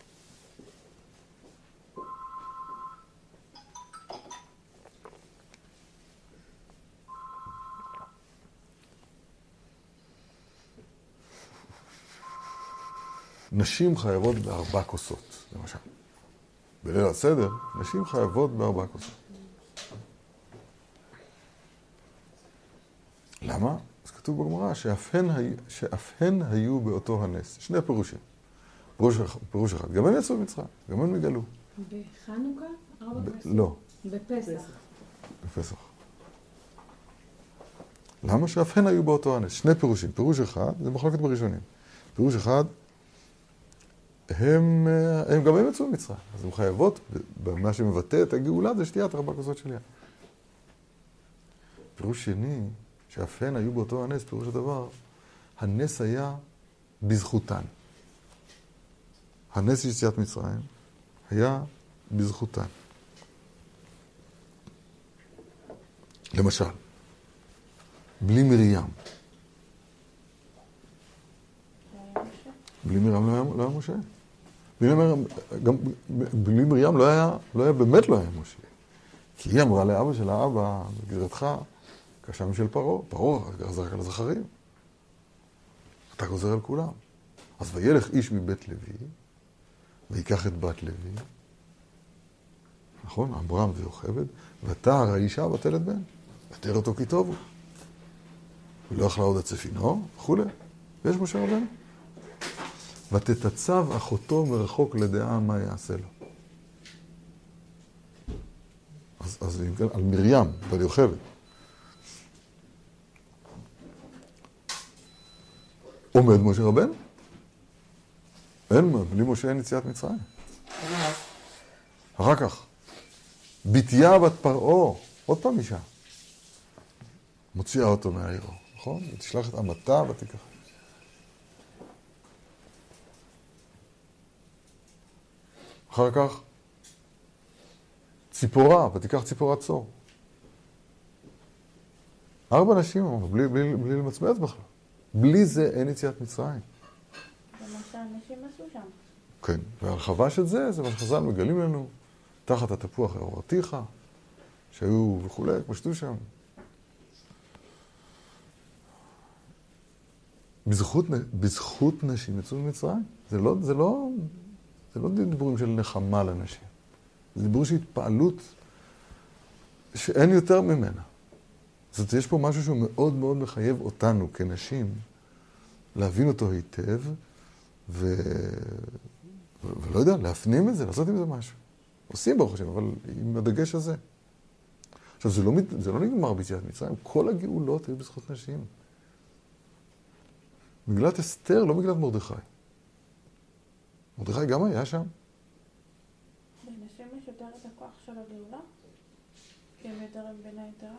נשים חייבות בארבע כוסות, למשל. בליל הסדר, נשים חייבות בארבע כוסות. למה? אז כתוב בגמרא שאף הן, הי... שאף הן היו באותו הנס. שני פירושים. פירוש, פירוש אחד. גם הם יצאו במצרים, גם הם נגאלו. בחנוכה? ארבע ב... כוסות? לא. בפסח. בפסח. למה? שאף הן היו באותו הנס. שני פירושים. פירוש אחד, זה מחלוקת בראשונים. פירוש אחד, הם, הם גם הם יצאו ממצרים. אז הן חייבות, במה שמבטא את הגאולה זה שתיית ארבע כוסות של יין. פירוש שני, שאף הן היו באותו הנס, פירוש הדבר, הנס היה בזכותן. הנס של יציאת מצרים היה בזכותן. למשל, בלי מרים. בלי מרים לא היה, לא היה משה. בלי מרים, גם בלי מרים לא היה, לא היה, באמת לא היה משה. כי היא אמרה לאבא של האבא, בגזרתך, כשם של פרעה. פרעה גזר על הזכרים. אתה גוזר על כולם. אז וילך איש מבית לוי, ויקח את בת לוי, נכון? אברהם ויוכבד, ותער האישה בתלת בן, ותראה אותו כי טוב הוא. ולא יכלה עוד הצפינו, וכו'. ויש משה רבנו. ותתצב אחותו מרחוק לדעה מה יעשה לו. אז, אז על מרים ועל יוכבד. עומד משה רבנו? אין, בלי משה אין יציאת מצרים. אחר כך, בתיה בת פרעה, עוד פעם אישה, מוציאה אותו מהעירו, נכון? ותשלח את אמתה ותיקח. אחר כך, ציפורה, ותיקח ציפורת צור. ארבע נשים, בלי, בלי, בלי למצמץ בכלל. בלי זה אין יציאת מצרים. זה מה שאנשים עשו שם. כן, והרחבה של זה, זה מה שחז"ל מגלים לנו, תחת התפוח העורתיך, שהיו וכולי, פשטו שם. בזכות, בזכות נשים יצאו ממצרים. זה לא, זה לא, זה לא דיבורים של נחמה לנשים. זה דיבור של התפעלות שאין יותר ממנה. זאת אומרת, יש פה משהו שהוא מאוד מאוד מחייב אותנו כנשים להבין אותו היטב, ו... ולא יודע, להפנים את זה, לעשות עם זה משהו. עושים ברוך השם, אבל עם הדגש הזה. עכשיו, זה לא, זה לא נגמר ביציאת מצרים, כל הגאולות היו בזכות נשים. מגילת אסתר, לא מגילת מרדכי. מרדכי גם היה שם. לנשים יש יותר את הכוח של הגאולה? כי הם יותר בינה יתרה?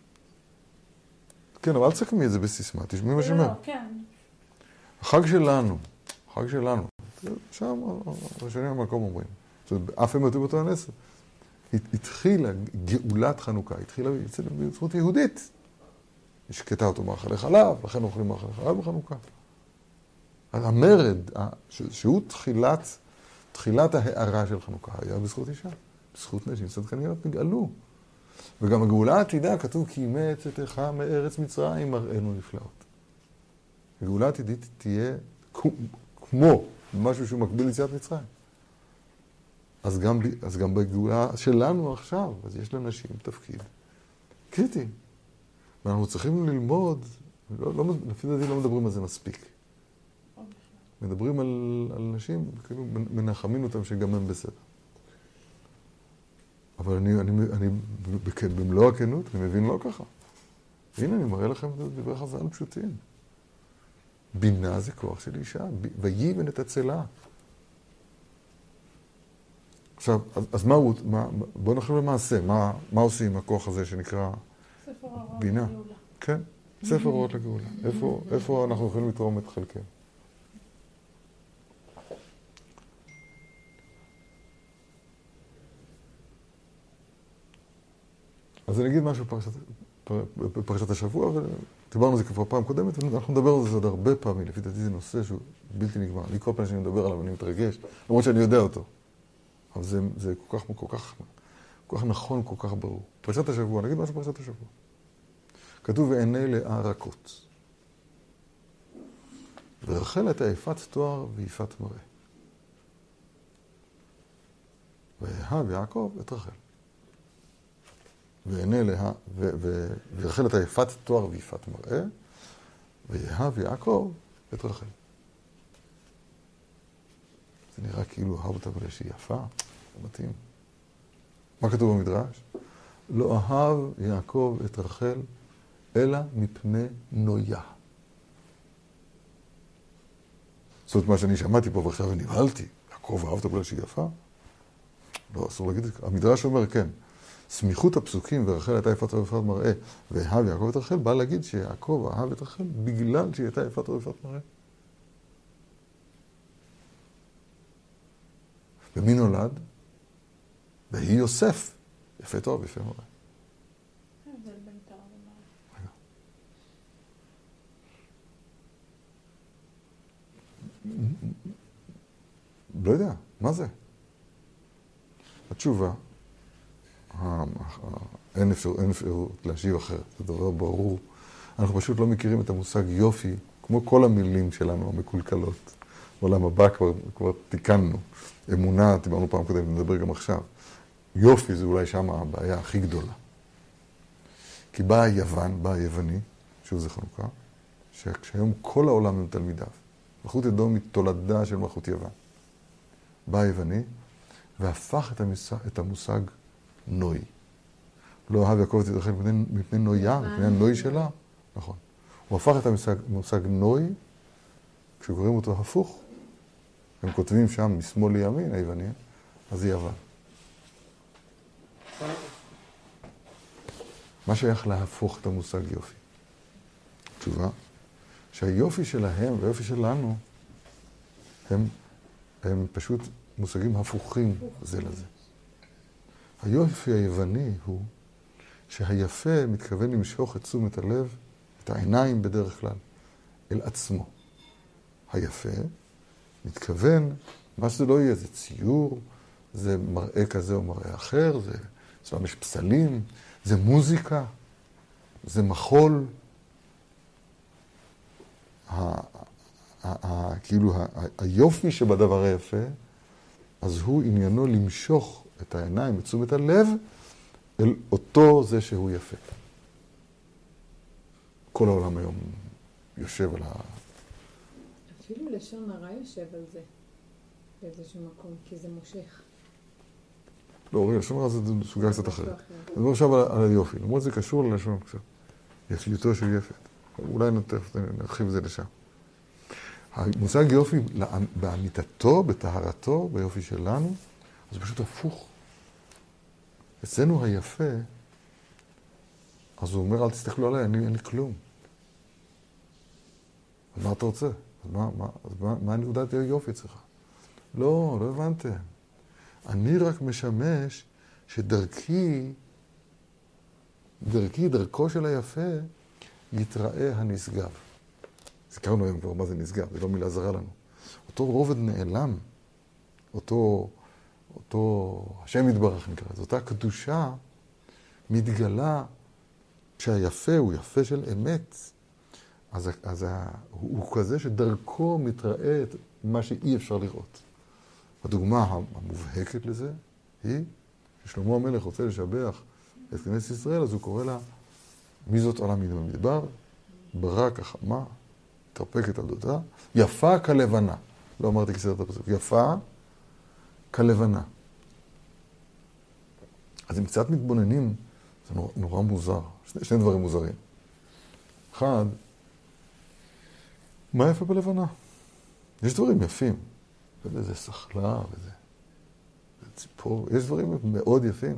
כן, אבל אל תסכמי את זה בסיסמה, תשמעי מה שאומר. לא, כן. החג שלנו, החג שלנו, שם ראשונים המקום אומרים. זאת אומרת, אף הם יתו באותו הנס. התחילה גאולת חנוכה, התחילה בזכות יהודית. השקטה אותו מאכלי חלב, לכן אוכלים מאכלי חלב בחנוכה. המרד, שהוא תחילת, תחילת ההערה של חנוכה, היה בזכות אישה. בזכות נשים צדקניות נגאלו. וגם הגאולה העתידה כתוב, כי אימץ צאתך מארץ מצרים מראינו נפלאות. הגאולה העתידית תהיה כמו משהו שהוא מקביל ליציאת מצרים. אז גם, אז גם בגאולה שלנו עכשיו, אז יש לנשים תפקיד קריטי. ואנחנו צריכים ללמוד, לא, לא, לפי דעתי לא מדברים על זה מספיק. מדברים על, על נשים, כאילו מנחמים אותם שגם הם בסדר. אבל אני, אני, אני במלוא הכנות, אני מבין לא ככה. הנה, אני מראה לכם דברי חז"ל פשוטים. בינה זה כוח של אישה, ויבן את הצלה. עכשיו, אז, אז מה הוא, מה, בואו נחשוב למעשה, מה, מה עושים עם הכוח הזה שנקרא ספר אורות בינה? לגאולה. כן, ספר אורות לגאולה. איפה, איפה אנחנו יכולים לתרום את חלקנו? אז אני אגיד משהו בפרשת, בפרשת השבוע, ודיברנו על זה כבר פעם קודמת, ואנחנו נדבר על זה עוד הרבה פעמים, לפי דעתי זה נושא שהוא בלתי נגמר. לי כל פעם שאני מדבר עליו אני מתרגש, למרות שאני יודע אותו. אבל זה, זה כל כך, כל כך, כל כך נכון, כל כך ברור. פרשת השבוע, נגיד משהו פרשת השבוע. כתוב, ועיני לאה רכות. ורחל הייתה יפת תואר ויפת מראה. ואהב יעקב את רחל. ועיני לאה, ורחל הייתה יפת תואר ויפת מראה, ויאהב יעקב את רחל. זה נראה כאילו אהב אותה בגלל שהיא יפה, זה מתאים. מה כתוב במדרש? לא אהב יעקב את רחל, אלא מפני נויה. זאת אומרת, מה שאני שמעתי פה ועכשיו נבהלתי. יעקב אהבת בגלל שהיא יפה? לא, אסור להגיד את זה. המדרש אומר כן. סמיכות הפסוקים ורחל הייתה יפת ויפת מראה, ואהב יעקב את רחל, בא להגיד שיעקב אהב את רחל בגלל שהיא הייתה יפת ויפת מראה. ומי נולד? והיא יוסף, יפה טוב, יפה מראה. זה בין תורה ומראה. לא יודע, מה זה? התשובה, אין אפשרות להשיב אחרת, זה דבר ברור. אנחנו פשוט לא מכירים את המושג יופי, כמו כל המילים שלנו המקולקלות. בעולם הבא כבר, כבר תיקנו. אמונה, דיברנו פעם קודם, נדבר גם עכשיו. יופי זה אולי שם הבעיה הכי גדולה. כי בא היוון, בא היווני, שוב זה חנוכה, שהיום כל העולם הם תלמידיו. מלכות אדום היא תולדה של מלכות יוון. בא היווני, והפך את המושג, את המושג נוי. לא אהב יעקב את רחל מפני, מפני נויה, מפני הנוי שלה. נכון. הוא הפך את המושג, המושג נוי, כשקוראים אותו הפוך, הם כותבים שם משמאל לימין, היוונים, אז זה יוון. מה שייך להפוך את המושג יופי? תשובה, שהיופי שלהם והיופי שלנו הם, הם פשוט מושגים הפוכים זה לזה. היופי היווני הוא שהיפה מתכוון למשוך את תשומת הלב, את העיניים בדרך כלל, אל עצמו. היפה מתכוון, מה שזה לא יהיה, זה ציור, זה מראה כזה או מראה אחר, זה אצלם יש פסלים, זה מוזיקה, זה מחול. כאילו היופי שבדבר היפה, אז הוא עניינו למשוך את העיניים, את תשומת הלב, אל אותו זה שהוא יפה. כל העולם היום יושב על ה... אפילו לשון הרע יושב על זה, באיזשהו מקום, כי זה מושך. לא, רגע, לשון הרע זה סוגיה קצת אחרת. אני מדבר עכשיו על, על היופי, למרות זה קשור ללשון קצת. יפיותו של יפת. אולי נתף, נרחיב את זה לשם. המושג יופי באמיתתו, בטהרתו, ביופי שלנו, זה פשוט הפוך. אצלנו היפה, אז הוא אומר, אל תסתכלו עליי, אני, אין לי כלום. אז מה אתה רוצה? אז מה, מה, אז מה, מה נקודת היופי אצלך? לא, לא הבנתם. אני רק משמש שדרכי, דרכי, דרכו של היפה, יתראה הנשגב. זכרנו היום כבר מה זה נשגב, זה לא מילה זרה לנו. אותו רובד נעלם, אותו, אותו השם יתברך נקרא, זאת אותה קדושה מתגלה שהיפה הוא יפה של אמת. אז, אז הוא, הוא כזה שדרכו מתראה את מה שאי אפשר לראות. הדוגמה המובהקת לזה היא ששלמה המלך רוצה לשבח את כנסת ישראל, אז הוא קורא לה, מי זאת עולה מן המדבר? ברק החמה, תרפקת על דודה, יפה כלבנה. לא אמרתי כסרת הפסוק, יפה כלבנה. אז אם קצת מתבוננים, זה נורא, נורא מוזר. שני, שני דברים מוזרים. אחד, מה יפה בלבנה? יש דברים יפים. וזה סחלה, וזה ציפור. יש דברים מאוד יפים.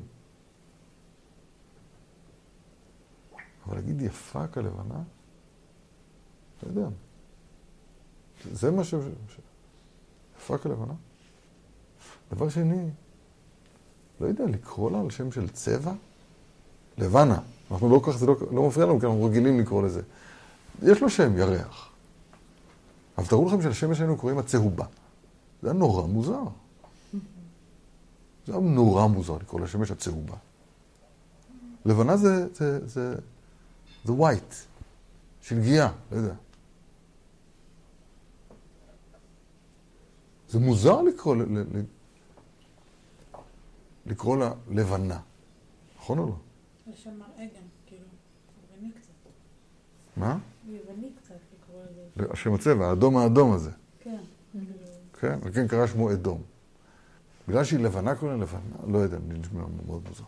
אבל להגיד יפה כלבנה? לא יודע. זה מה ש... יפה כלבנה? דבר שני, לא יודע, לקרוא לה על שם של צבע? לבנה. אנחנו לא כך, זה לא, לא מפריע לנו, כי אנחנו רגילים לקרוא לזה. יש לו שם, ירח. אבל תראו לכם שלשם שלנו קוראים הצהובה. זה היה נורא מוזר. זה היה נורא מוזר לקרוא לשמש הצהובה. לבנה זה, זה, זה, זה white, שלגיה, לא יודע. זה מוזר לקרוא, ל, ל, לקרוא לה לבנה. נכון או לא? יש שם מראה גם, כאילו, יווני קצת. מה? יווני קצת לקרוא לזה. השם הצבע, האדום האדום הזה. כן. כן, וכן קרא שמו אדום. בגלל שהיא לבנה קוראים לבנה, לא יודע, נשמע מאוד מוזר.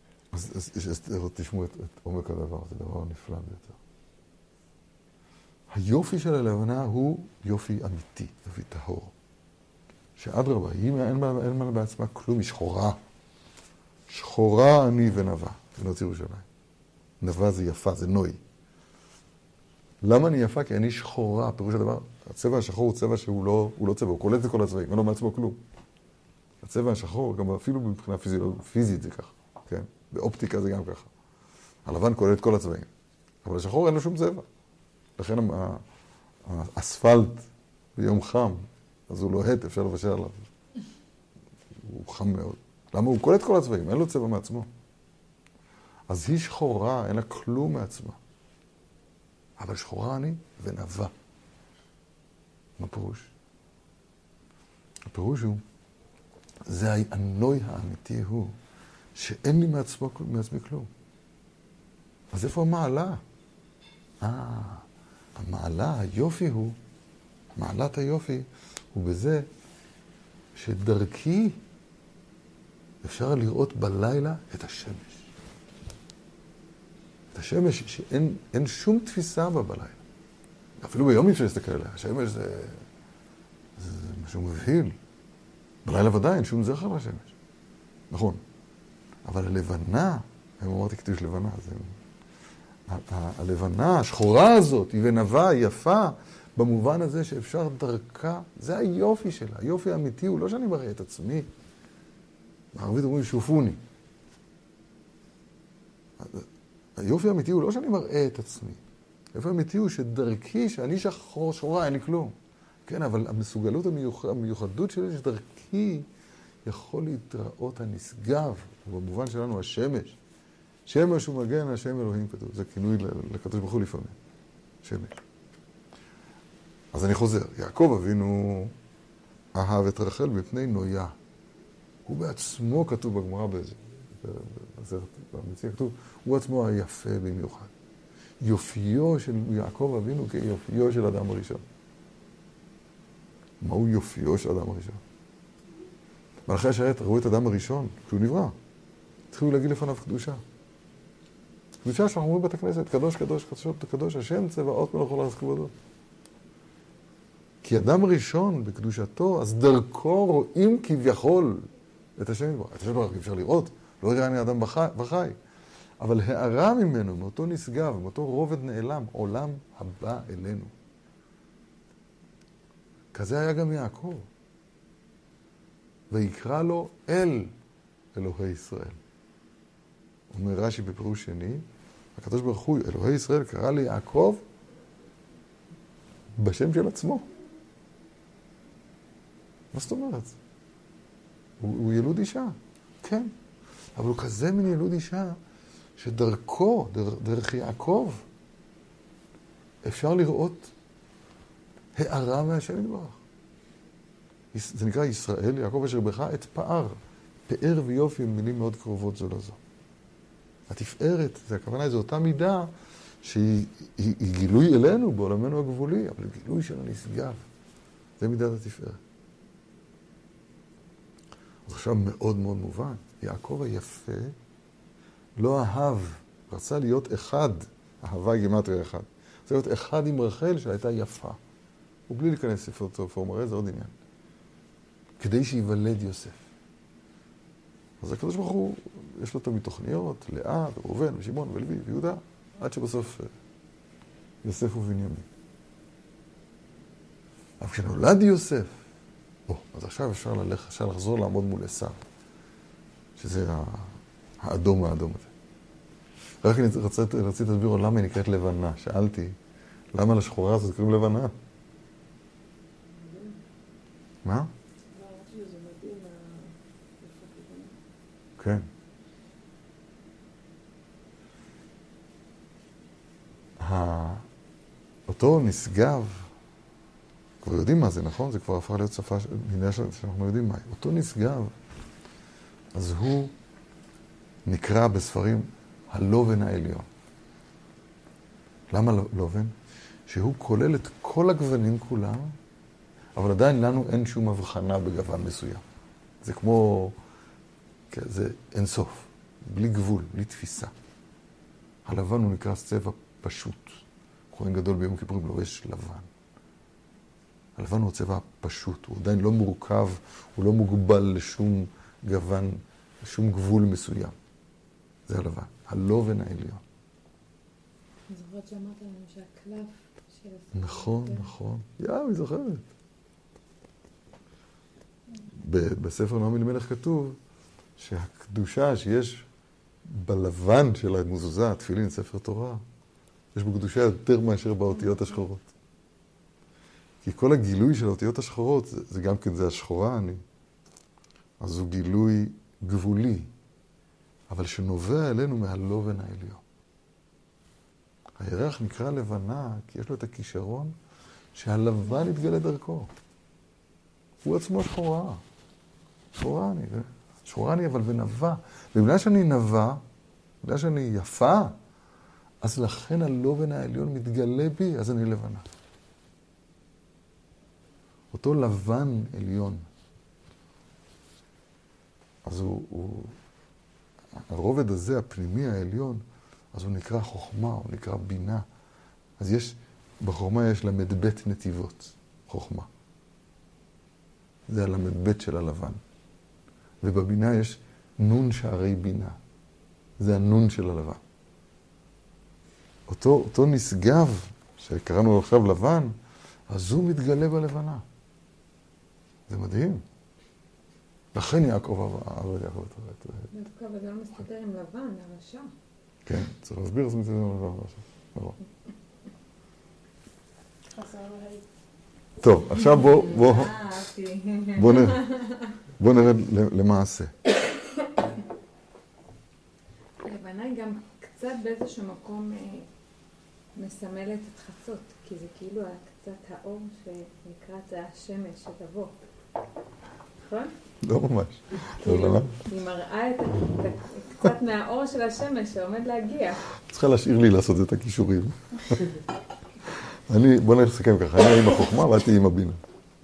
אז, אז, אז תשמעו את, את עומק הדבר, זה דבר נפלא ביותר. היופי של הלבנה הוא יופי אמיתי, יופי טהור. שאדרבה, היא אין בה, אין בה בעצמה כלום, היא שחורה. שחורה אני ונבה, בנות ירושלים. נבה זה יפה, זה נוי. למה אני יפה? כי אני שחורה, פירוש הדבר, הצבע השחור הוא צבע שהוא לא, הוא לא צבע, הוא קולט את כל הצבעים, אין לו מעצמו כלום. הצבע השחור, גם אפילו מבחינה פיזית, פיזית זה ככה, כן? באופטיקה זה גם ככה. הלבן קולט את כל הצבעים. אבל השחור אין לו שום צבע. לכן האספלט ביום חם, אז הוא לוהט, אפשר לבשל עליו. הוא חם מאוד. למה? הוא קולט את כל הצבעים, אין לו צבע מעצמו. אז היא שחורה, אין לה כלום מעצמה. אבל שחורה אני ונבה. מה הפירוש? הפירוש הוא, זה הנוי האמיתי הוא, שאין לי מעצמו, מעצמי כלום. אז איפה המעלה? אה, המעלה, היופי הוא, מעלת היופי הוא בזה שדרכי אפשר לראות בלילה את השמש. את השמש שאין אין שום תפיסה בה בלילה. אפילו ביום אפשר להסתכל עליה. השמש זה, זה משהו מבהיל. בלילה ודאי אין שום זכר לשמש. נכון. אבל הלבנה, הם אמרתי קדוש לבנה, זה... הלבנה, השחורה הזאת, היא ונבה, היא יפה, במובן הזה שאפשר דרכה, זה היופי שלה. היופי האמיתי הוא לא שאני מראה את עצמי. בערבית אומרים שופוני. היופי האמיתי הוא לא שאני מראה את עצמי. היופי האמיתי הוא שדרכי, שאני שחור שחורה, אין לי כלום. כן, אבל המסוגלות המיוח... המיוחדות שלי, שדרכי יכול להתראות הנשגב, ובמובן שלנו השמש. שמש הוא מגן, השם אלוהים כתוב. זה כינוי לקדוש ברוך הוא לפעמים. שמש. אז אני חוזר. יעקב אבינו אהב את רחל מפני נויה. הוא בעצמו כתוב בגמרא בזה. במציע כתוב, הוא עצמו היפה במיוחד. יופיו של יעקב אבינו כיופיו של אדם הראשון. מהו יופיו של אדם הראשון? מלאכי השרת ראו את אדם הראשון כשהוא נברא. התחילו להגיד לפניו קדושה. קדושה שאנחנו אומרים בית הכנסת, קדוש, קדוש, קדוש, קדוש, השם צבאות מלך עולם כבודו. כי אדם ראשון בקדושתו, אז דרכו רואים כביכול את השם יתברך. את השם יתברך אפשר לראות, לא יראה אני אדם בחי, בחי. אבל הערה ממנו, מאותו נשגב, מאותו רובד נעלם, עולם הבא אלינו. כזה היה גם יעקב. ויקרא לו אל אלוהי ישראל. אומר רש"י בפירוש שני, הקדוש ברוך הוא, אלוהי ישראל, קרא ליעקב בשם של עצמו. מה זאת אומרת? הוא, הוא ילוד אישה, כן. אבל הוא כזה מן ילוד אישה, שדרכו, דרך, דרך יעקב, אפשר לראות הערה מהשם יתברך. זה נקרא ישראל, יעקב אשר בך את פאר. פאר ויופי הם מילים מאוד קרובות זו לזו. התפארת, זה הכוונה, זו אותה מידה שהיא היא, היא גילוי אלינו בעולמנו הגבולי, אבל גילוי של הנשגב. זה מידת התפארת. אז עכשיו מאוד מאוד מובן. יעקב היפה לא אהב, רצה להיות אחד, אהבה גימטריה אחד. רצה להיות אחד עם רחל שהייתה יפה. ובלי להיכנס לפור מראה, זה עוד עניין. כדי שיוולד יוסף. אז הקדוש ברוך הוא, יש לו תמיד תוכניות, לאה, וראובן, ושמעון, ולוי, ויהודה, עד שבסוף יוסף ובנימין. אבל כשנולד יוסף, או, אז עכשיו אפשר ללכת, אפשר לחזור לעמוד מול עשיו, שזה האדום האדום הזה. רק אני רציתי, רציתי להסביר למה היא נקראת לבנה. שאלתי, למה לשחורה הזאת קוראים לבנה? מה? כן. אותו נשגב, כבר יודעים מה זה, נכון? זה כבר הפך להיות שפה מילה שאנחנו יודעים מה. אותו נשגב, אז הוא נקרא בספרים הלובן העליון. למה לובן? שהוא כולל את כל הגוונים כולם, אבל עדיין לנו אין שום הבחנה בגוון מסוים. זה כמו, זה אין סוף, בלי גבול, בלי תפיסה. הלבן הוא נקרא צבע פשוט. כהן גדול ביום כיפורים לובש לבן. הלבן הוא צבע פשוט, הוא עדיין לא מורכב, הוא לא מוגבל לשום גוון, לשום גבול מסוים. זה הלבן, הלובן העליון. אני זוכרת שאמרת לנו שהקלף של הספר. נכון, נכון. יא, היא זוכרת. בספר נעמי אלימלך כתוב שהקדושה שיש בלבן של המזוזה, התפילין, ספר תורה, יש בו קדושה יותר מאשר באותיות השחורות. כי כל הגילוי של האותיות השחורות, זה, זה גם כן, זה השחורה, אני. אז הוא גילוי גבולי, אבל שנובע אלינו מהלובן העליון. הירח נקרא לבנה, כי יש לו את הכישרון שהלבן יתגלה דרכו. הוא עצמו שחורה. שחורה אני, שחורה אני אבל בנבה. ובגלל שאני נבה, בגלל שאני יפה, אז לכן הלובן העליון מתגלה בי, אז אני לבנה. אותו לבן עליון. אז הוא, הוא, הרובד הזה, הפנימי העליון, אז הוא נקרא חוכמה, הוא נקרא בינה. אז יש, בחוכמה יש למד בית נתיבות, חוכמה. זה הלמד בית של הלבן. ובבינה יש נון שערי בינה. זה הנון של הלבן. אותו, אותו נשגב, שקראנו לו עכשיו לבן, אז הוא מתגלה בלבנה. זה מדהים. לכן יעקב אמר, יעקב את זה. דווקא וגם מסתדר עם לבן, הרשע. כן, צריך להסביר, זה מסתדר עם לבן, הרשע. נכון. טוב, עכשיו בוא, בוא, בוא נראה, בוא נראה למעשה. לבנה היא גם קצת באיזשהו מקום מסמלת את חצות, כי זה כאילו קצת האור שנקראת השמש שתבוא. נכון? לא ממש. כאילו, היא מראה את קצת מהאור של השמש שעומד להגיע. צריכה להשאיר לי לעשות את הכישורים. אני, בוא נסכם ככה, אני עם החוכמה ואת עם הבינה.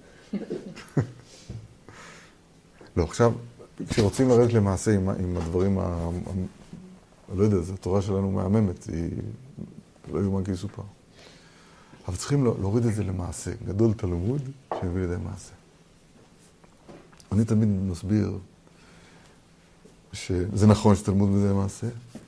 לא, עכשיו, כשרוצים לרדת למעשה עם, עם הדברים, ה, ה, לא יודע, זו התורה שלנו מהממת, היא לא יאומן כי יסופר. אבל צריכים להוריד את זה למעשה, גדול תלמוד שמביא לידי מעשה. אני תמיד מסביר שזה נכון שתלמוד בזה למעשה,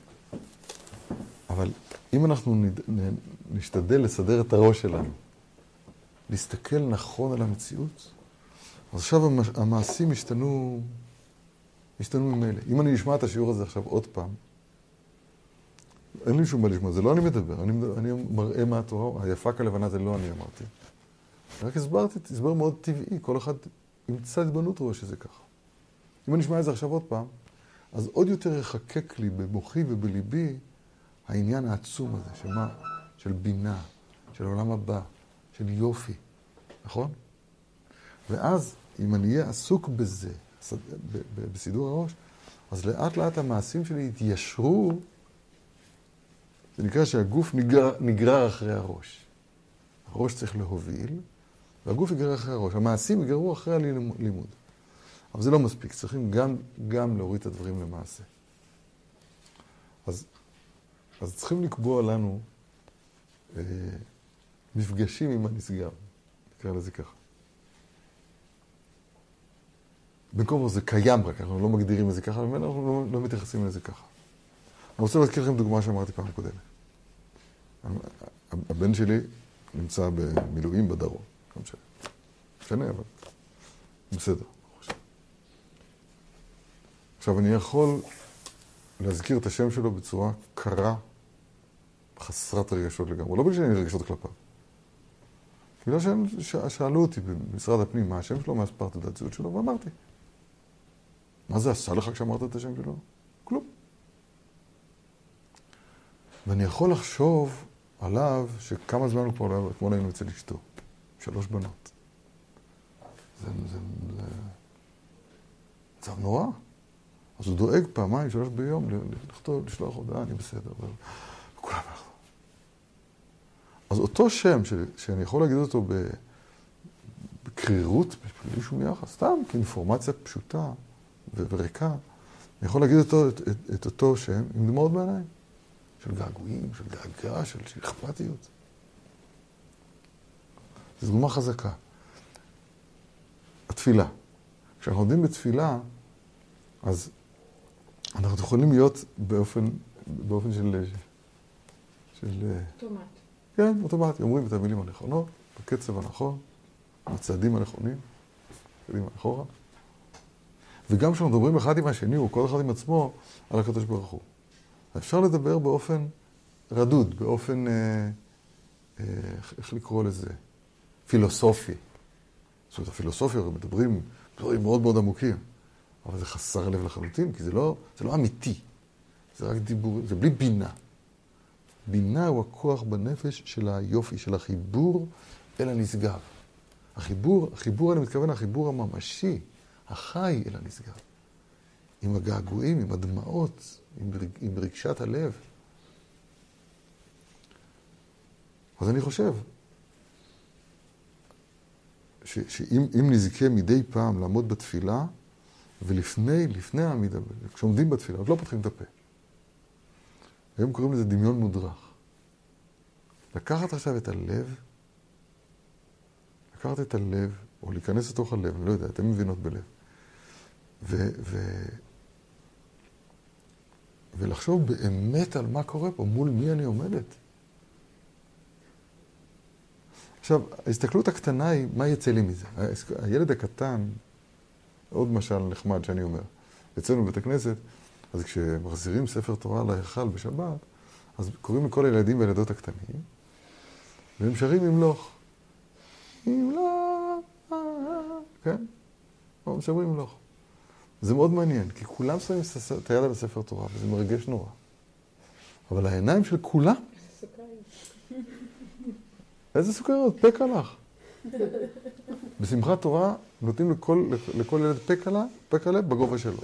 אבל אם אנחנו נד... נשתדל לסדר את הראש שלנו, להסתכל נכון על המציאות, אז עכשיו המעשים השתנו, השתנו ממילא. אם אני אשמע את השיעור הזה עכשיו עוד פעם, אין לי שום מה לשמוע, זה לא אני מדבר, אני, מדבר, אני מראה מה התורה, היפה כלבנה זה לא אני אמרתי. רק הסברתי, הסבר מאוד טבעי, כל אחד ימצא התבוננות רואה שזה ככה. אם אני אשמע את זה עכשיו עוד פעם, אז עוד יותר יחקק לי במוחי ובליבי העניין העצום הזה, שמה? של בינה, של עולם הבא, של יופי, נכון? ואז, אם אני אהיה עסוק בזה, בסידור הראש, אז לאט לאט המעשים שלי יתיישרו, זה נקרא שהגוף נגרר, נגרר אחרי הראש. הראש צריך להוביל, והגוף יגרר אחרי הראש. המעשים יגררו אחרי הלימוד. אבל זה לא מספיק, צריכים גם, גם להוריד את הדברים למעשה. אז, אז צריכים לקבוע לנו אה, מפגשים עם הנשגב, נקרא לזה ככה. במקום זה קיים רק, אנחנו לא מגדירים את זה ככה, ומאלה אנחנו לא, לא מתייחסים לזה ככה. אני רוצה להזכיר לכם דוגמה שאמרתי פעם קודמת. הבן שלי נמצא במילואים בדרום, לא משנה. משנה, אבל בסדר. עכשיו, אני יכול להזכיר את השם שלו בצורה קרה, חסרת רגשות לגמרי. לא בגלל שאני רגשות כלפיו. בגלל ששאלו אותי במשרד הפנים מה השם שלו, מה הספר תעודת זהות שלו, ואמרתי. מה זה עשה לך כשאמרת את השם שלו? כלום. ואני יכול לחשוב עליו שכמה זמן הוא פה, אתמול היינו אצל אשתו. שלוש בנות. זה, זה, זה... צו נורא. אז הוא דואג פעמיים, שלוש ביום, לכתוב, לשלוח הודעה, אני בסדר. וכולם הלכו. אז אותו שם ש, שאני יכול להגיד אותו בקרירות, בלי שום יחס, סתם כאינפורמציה פשוטה וריקה, אני יכול להגיד אותו, את, את, את אותו שם עם דמעות בעיניים. של געגועים, של דאגה, של, של אכפתיות. זו דוגמה חזקה. התפילה. כשאנחנו עומדים בתפילה, אז אנחנו יכולים להיות באופן, באופן של... של... אוטומט. כן, אוטומטי. אומרים את המילים הנכונות, בקצב הנכון, בצעדים הנכונים, קדימה אחורה. וגם כשאנחנו מדברים אחד עם השני, או כל אחד עם עצמו, על הקדוש ברוך הוא. אפשר לדבר באופן רדוד, באופן, אה, אה, איך לקרוא לזה? פילוסופי. זאת אומרת, הפילוסופיה, מדברים דברים מאוד מאוד עמוקים, אבל זה חסר לב לחלוטין, כי זה לא, זה לא אמיתי. זה רק דיבור, זה בלי בינה. בינה הוא הכוח בנפש של היופי, של החיבור אל הנשגב. החיבור, החיבור, אני מתכוון, החיבור הממשי, החי אל הנשגב. עם הגעגועים, עם הדמעות, עם, עם רגשת הלב. אז אני חושב ש, שאם אם נזכה מדי פעם לעמוד בתפילה, ולפני, לפני העמידה, כשעומדים בתפילה, עוד לא פותחים את הפה. הם קוראים לזה דמיון מודרך. לקחת עכשיו את הלב, לקחת את הלב, או להיכנס לתוך הלב, אני לא יודע, אתם מבינות בלב. ו, ו, ולחשוב באמת על מה קורה פה, מול מי אני עומדת. עכשיו, ההסתכלות הקטנה היא, מה יצא לי מזה? הילד הקטן, עוד משל נחמד שאני אומר, אצלנו בבית הכנסת, אז כשמחזירים ספר תורה להיכל בשבת, אז קוראים לכל הילדים והילדות הקטנים, והם שרים ימלוך. ימלוך, כן? או שרים ימלוך. זה מאוד מעניין, כי כולם שמים את היד על הספר תורה, וזה מרגש נורא. אבל העיניים של כולם... איזה סוכריות? פה קלח. בשמחת תורה נותנים לכל, לכל ילד פה קלה, פה קלה בגובה שלו.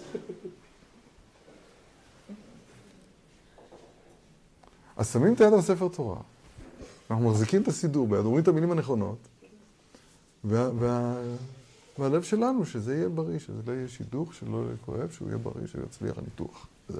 אז שמים את היד על ספר תורה, אנחנו מחזיקים את הסידור ביד, אומרים את המילים הנכונות, וה, וה, והלב שלנו, שזה יהיה בריא, שזה לא יהיה שידוך, שלא יהיה כואב, שהוא יהיה בריא, שיצליח הניתוח. זה.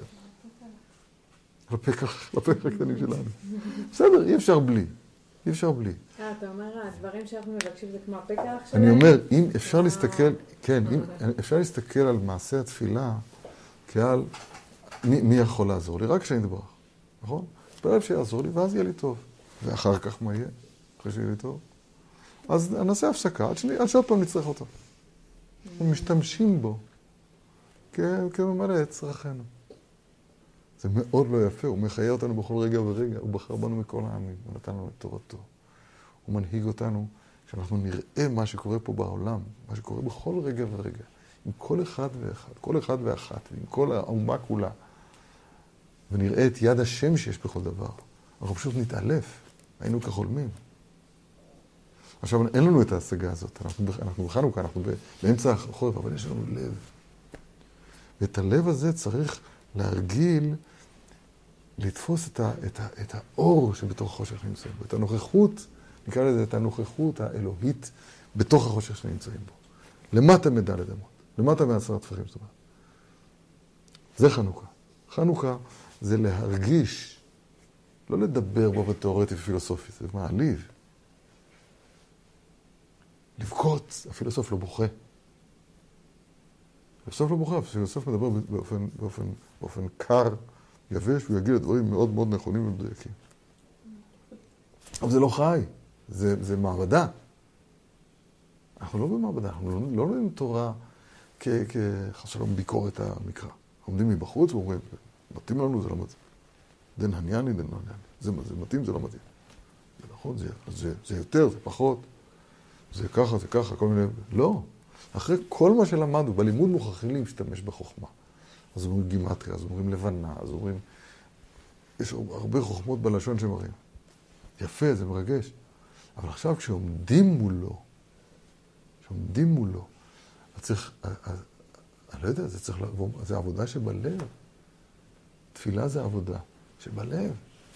לפקח, לפקח הקטנים שלנו. בסדר, אי אפשר בלי. אי אפשר בלי. אה, אתה אומר, הדברים שאנחנו מבקשים זה כמו הפקח שלהם? אני אומר, אם אפשר להסתכל, כן, אם אפשר להסתכל על מעשה התפילה, כעל מי, מי יכול לעזור לי? רק כשאני אדבר, נכון? תפלל שיעזור לי, ואז יהיה לי טוב. ואחר כך מה יהיה? אחרי שיהיה לי טוב? אז נעשה הפסקה, עד, שני, עד שעוד פעם נצטרך אותו. אנחנו משתמשים בו כממלא את צרכנו. זה מאוד לא יפה, הוא מחיה אותנו בכל רגע ורגע, הוא בחר בנו מכל העמים, הוא נתן לנו את תורתו. הוא מנהיג אותנו, שאנחנו נראה מה שקורה פה בעולם, מה שקורה בכל רגע ורגע, עם כל אחד ואחד, כל אחד ואחת, ועם כל האומה כולה. ונראה את יד השם שיש בכל דבר. אנחנו פשוט נתעלף, היינו כחולמים. עכשיו, אין לנו את ההשגה הזאת, אנחנו, אנחנו בחנוכה, אנחנו באמצע החורף, אבל יש לנו לב. ואת הלב הזה צריך להרגיל, לתפוס את, ה, את, ה, את האור שבתוך החושך נמצאים בו, את הנוכחות, נקרא לזה את הנוכחות האלוהית בתוך החושך שנמצאים בו. למטה מדע לדמות, למטה מעשרת טפחים, זאת אומרת. זה חנוכה. חנוכה זה להרגיש, לא לדבר בו בתיאורטי ופילוסופי, זה מעליב. לבכות, הפילוסוף לא בוכה. הפילוסוף לא בוכה, הפילוסוף מדבר באופן, באופן, באופן קר, יבש, הוא יגיד לדברים מאוד מאוד נכונים ומדויקים. אבל זה לא חי, זה, זה מעבדה. אנחנו לא במעבדה, אנחנו לא, לא לומדים תורה כחסלום ביקורת המקרא. עומדים מבחוץ ואומרים, מתאים לנו, זה לא מתאים. דן הניאני, דן לא הניאני. זה, זה מתאים, זה לא מתאים. זה נכון, זה, זה, זה יותר, זה פחות. זה ככה, זה ככה, כל מיני... לא. אחרי כל מה שלמדנו, בלימוד מוכרחים להשתמש בחוכמה. אז אומרים גימטריה, אז אומרים לבנה, אז אומרים... יש הרבה חוכמות בלשון שמראים. יפה, זה מרגש. אבל עכשיו כשעומדים מולו, כשעומדים מולו, אז צריך... אז, אני לא יודע, זה צריך לעבור... זה עבודה שבלב. תפילה זה עבודה שבלב.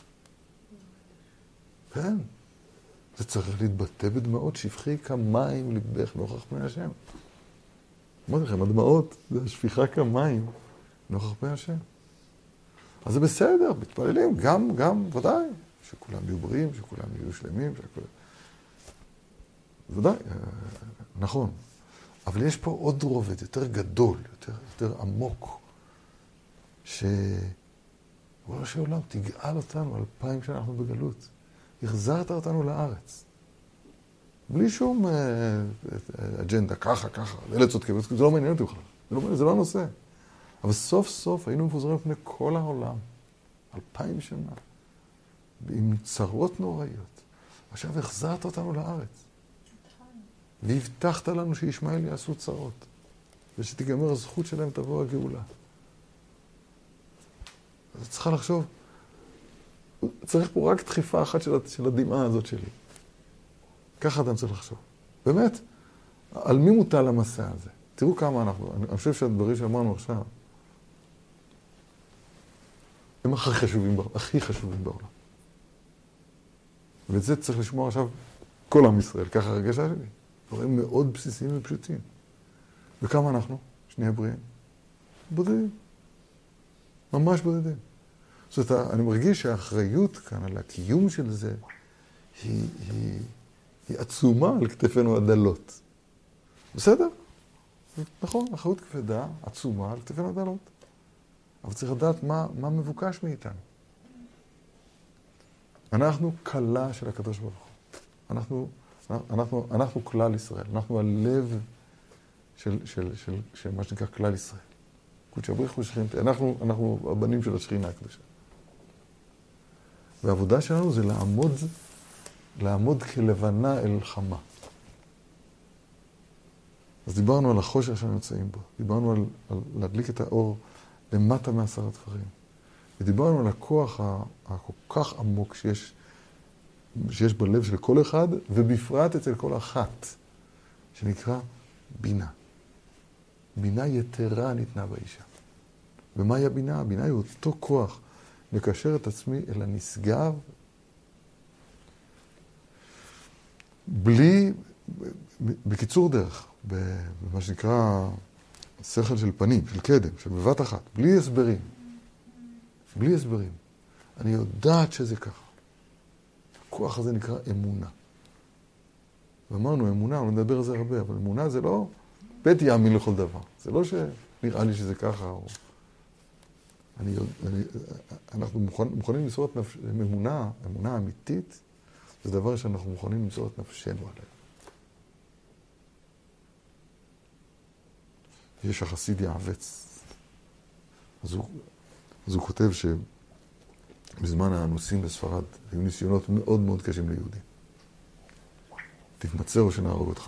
כן. זה צריך להתבטא בדמעות, שפכי כמים לבך נוכח פני השם. אמרתי לכם, הדמעות זה שפיכה כמים נוכח פני השם. אז זה בסדר, מתפללים, גם, גם, ודאי, שכולם יהיו בריאים, שכולם יהיו שלמים, שכולם... ודאי, נכון. אבל יש פה עוד רובד יותר גדול, יותר, יותר עמוק, שבורא של עולם תגאל אותנו אלפיים שנה אנחנו בגלות. החזרת אותנו לארץ. בלי שום אג'נדה, ככה, ככה, אלה צודקים, זה לא מעניין אותי בכלל. זה לא, זה לא הנושא. אבל סוף סוף היינו מפוזרים לפני כל העולם. אלפיים שנה. עם צרות נוראיות. עכשיו החזרת אותנו לארץ. והבטחת לנו שישמעאל יעשו צרות. ושתיגמר הזכות שלהם תבוא הגאולה. אז צריכה לחשוב, צריך פה רק דחיפה אחת של, של הדמעה הזאת שלי. ככה אדם צריך לחשוב. באמת, על מי מוטל המסע הזה? תראו כמה אנחנו, אני חושב שהדברים שאמרנו עכשיו, הם הכי חשובים בעולם, הכי חשובים בעולם. ואת זה צריך לשמוע עכשיו כל עם ישראל, ככה הרגשה שלי. דברים מאוד בסיסיים ופשוטים. וכמה אנחנו, שני הבריאים? בודדים. ממש בודדים. זאת אומרת, אני מרגיש שהאחריות כאן על הקיום של זה היא, היא, היא עצומה על כתפינו הדלות. בסדר? נכון, אחריות כבדה, עצומה על כתפינו הדלות. אבל צריך לדעת מה, מה מבוקש מאיתנו. אנחנו כלה של הקדוש ברוך הוא. אנחנו, אנחנו, אנחנו כלל ישראל. אנחנו הלב של, של, של, של מה שנקרא כלל ישראל. קודש הבריך הוא שכינתה. אנחנו, אנחנו הבנים של השכינה הקדושה. והעבודה שלנו זה לעמוד, לעמוד כלבנה אל חמה. אז דיברנו על החושך שאנחנו נמצאים בו. דיברנו על, על להדליק את האור למטה מעשר הדברים. ודיברנו על הכוח הכל כך עמוק שיש, שיש בלב של כל אחד, ובפרט אצל כל אחת, שנקרא בינה. בינה יתרה ניתנה באישה. ומהי הבינה? הבינה היא אותו כוח לקשר את עצמי אל הנשגב, בלי, בקיצור דרך, במה שנקרא שכל של פנים, של קדם, של בבת אחת, בלי הסברים. בלי הסברים. אני יודעת שזה ככה. הכוח הזה נקרא אמונה. ואמרנו, אמונה, אני מדבר על זה הרבה, אבל אמונה זה לא בית יאמין לכל דבר. זה לא שנראה לי שזה ככה, או... אני, אני, אנחנו מוכן, מוכנים למסור את נפש... אמונה, אמונה אמיתית, זה דבר שאנחנו מוכנים למסור את נפשנו עליהם. יש החסיד יעבץ. אז הוא, אז הוא כותב שבזמן האנוסים בספרד היו ניסיונות מאוד מאוד קשים ליהודים. תתמצא או שנהרוג אותך.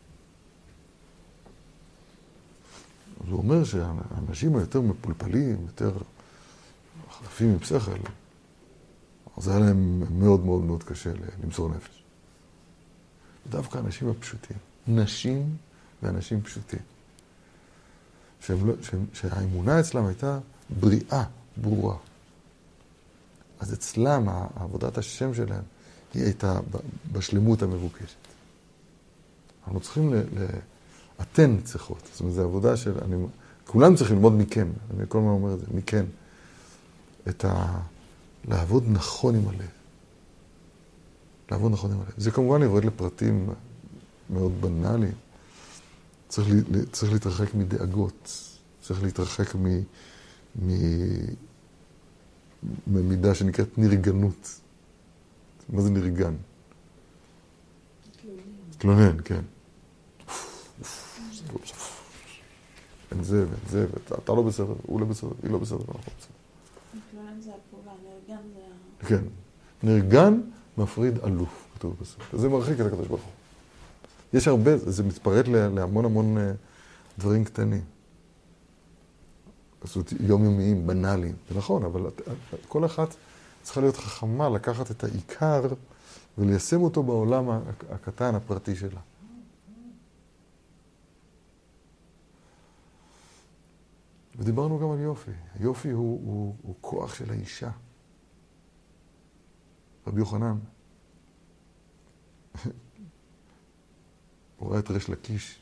אז הוא אומר שהאנשים היותר מפולפלים, יותר חפים עם שכל, אז היה להם מאוד מאוד מאוד קשה למסור נפש. ודווקא האנשים הפשוטים, נשים ואנשים פשוטים, שהם לא, שהם, שהאמונה אצלם הייתה בריאה, ברורה. אז אצלם, עבודת השם שלהם, היא הייתה בשלמות המבוקשת. אנחנו צריכים ל... ל אתן צריכות. זאת אומרת, זו עבודה של... אני, כולם צריכים ללמוד מכם. אני כל הזמן אומר את זה, מכם. את ה... לעבוד נכון עם הלב. לעבוד נכון עם הלב. זה כמובן יורד לפרטים מאוד בנאליים. צריך, לה, צריך להתרחק מדאגות. צריך להתרחק מ... מ... ממידה שנקראת נרגנות. מה זה נרגן? תלונן, כן. אין זה ואין זה, ואתה לא בסדר, הוא לא בסדר, היא לא בסדר, אנחנו לא בסדר. מתלונן זה הפעולה, נרגן זה ה... כן. נרגן מפריד אלוף, כתוב בסדר. זה מרחיק את הקדוש ברוך הוא. יש הרבה, זה מתפרט להמון המון דברים קטנים. זאת אומרת, יומיומיים, בנאליים. זה נכון, אבל כל אחת צריכה להיות חכמה לקחת את העיקר וליישם אותו בעולם הקטן, הפרטי שלה. ודיברנו גם על יופי. היופי הוא, הוא, הוא כוח של האישה. רבי יוחנן, הוא ראה את ריש לקיש,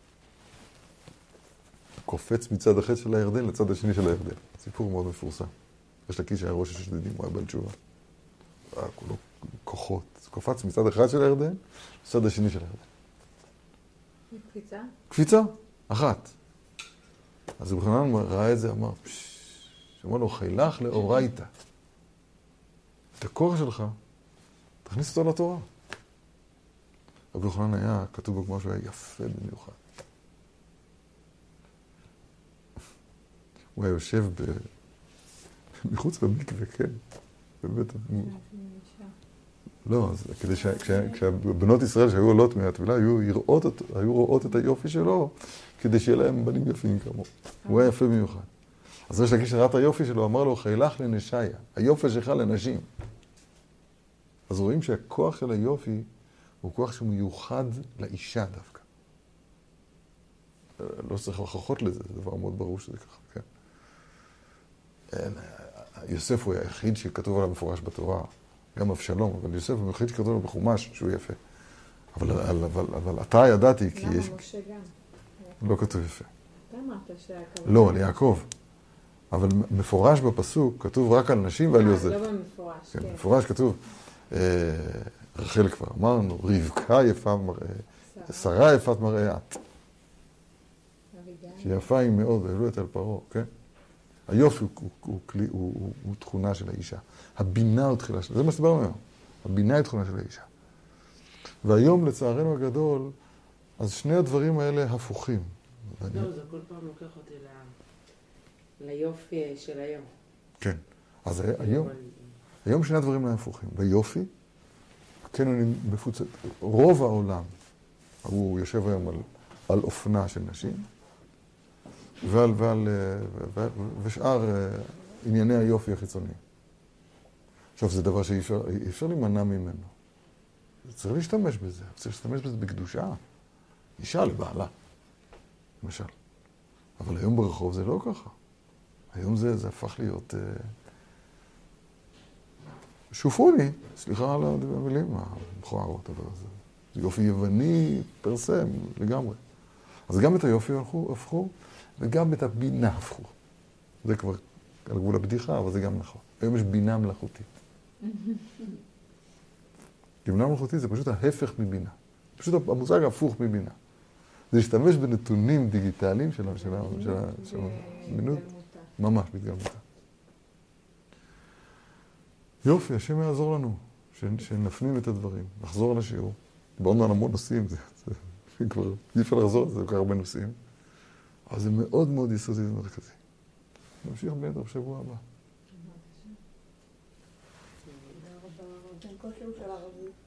קופץ מצד אחד של הירדן לצד השני של הירדן. סיפור מאוד מפורסם. ריש לקיש היה ראש השודדים, הוא היה בעל תשובה. היה כולו כוחות. קופץ מצד אחד של הירדן לצד השני של הירדן. קפיצה? קפיצה, אחת. אז רבי חנן ראה את זה, אמר, שאמר לו, חילך לאורייתא. את הכוח שלך, תכניס אותו לתורה. רבי חנן היה, כתוב בגמרא שהוא היה יפה במיוחד. הוא היה יושב ב... מחוץ למקווה, כן. באמת. לא, אז כדי ש... כשהבנות ישראל שהיו עולות מהטבילה, היו יראות את... היו רואות את היופי שלו, כדי שיהיה להם בנים יפים כמו. הוא היה יפה במיוחד. אז יש להגיד שראה את היופי שלו, אמר לו, חילך לנשיה, היופי שלך לנשים. אז רואים שהכוח של היופי הוא כוח שהוא מיוחד לאישה דווקא. לא צריך לחכות לזה, זה דבר מאוד ברור שזה ככה, כן. יוסף הוא היחיד שכתוב עליו מפורש בתורה, גם אבשלום, אבל יוסף הוא היחיד שכתוב עליו בחומש שהוא יפה. אבל, אבל, אבל, אבל אתה ידעתי כי יש... למה משה גם? לא כתוב יפה. אתה אמרת שהכוונה... לא, על יעקב. אבל מפורש בפסוק כתוב רק על נשים ועל יוסף. לא במפורש, כן. כן, מפורש כתוב, רחל כבר אמרנו, רבקה יפה מראה, שרה יפת מראה את. שיפה היא מאוד, העלו את על פרעה, כן? היופי הוא, הוא, הוא, הוא, הוא, הוא תכונה של האישה. הבינה הוא תחילה שלה, זה מה שדיברנו היום. הבינה היא תכונה של האישה. והיום, לצערנו הגדול, אז שני הדברים האלה הפוכים. לא, זה כל פעם לוקח אותי ל... ליופי של היום. כן. אז היום, היום שני הדברים האלה הפוכים. ביופי, הקניונים מפוצץ, רוב העולם, הוא יושב היום על, על אופנה של נשים, ועל, ועל, ועל, ושאר ענייני היופי החיצוניים. עכשיו, זה דבר שאי אפשר, אי אפשר להימנע ממנו. צריך להשתמש בזה, צריך להשתמש בזה בקדושה. אישה לבעלה, למשל. אבל היום ברחוב זה לא ככה. היום זה, זה הפך להיות... שופוני, סליחה על המילים המכוערות, אבל זה יופי יווני פרסם לגמרי. אז גם את היופי הפכו, וגם את הבינה הפכו. זה כבר על גבול הבדיחה, אבל זה גם נכון. היום יש בינה מלאכותית. בינה מלאכותית זה פשוט ההפך מבינה. פשוט המושג הפוך מבינה. זה להשתמש בנתונים דיגיטליים של המינות. ממש, בהתגלמותה. יופי, השם יעזור לנו, שנפנים את הדברים, נחזור לשיעור. דיברנו על המון נושאים, זה, זה כבר אי אפשר לחזור לזה, כל הרבה נושאים. אבל זה מאוד מאוד יסודי ומרכזי. נמשיך ביתר בשבוע הבא. כן, כל שיעור של ערבית.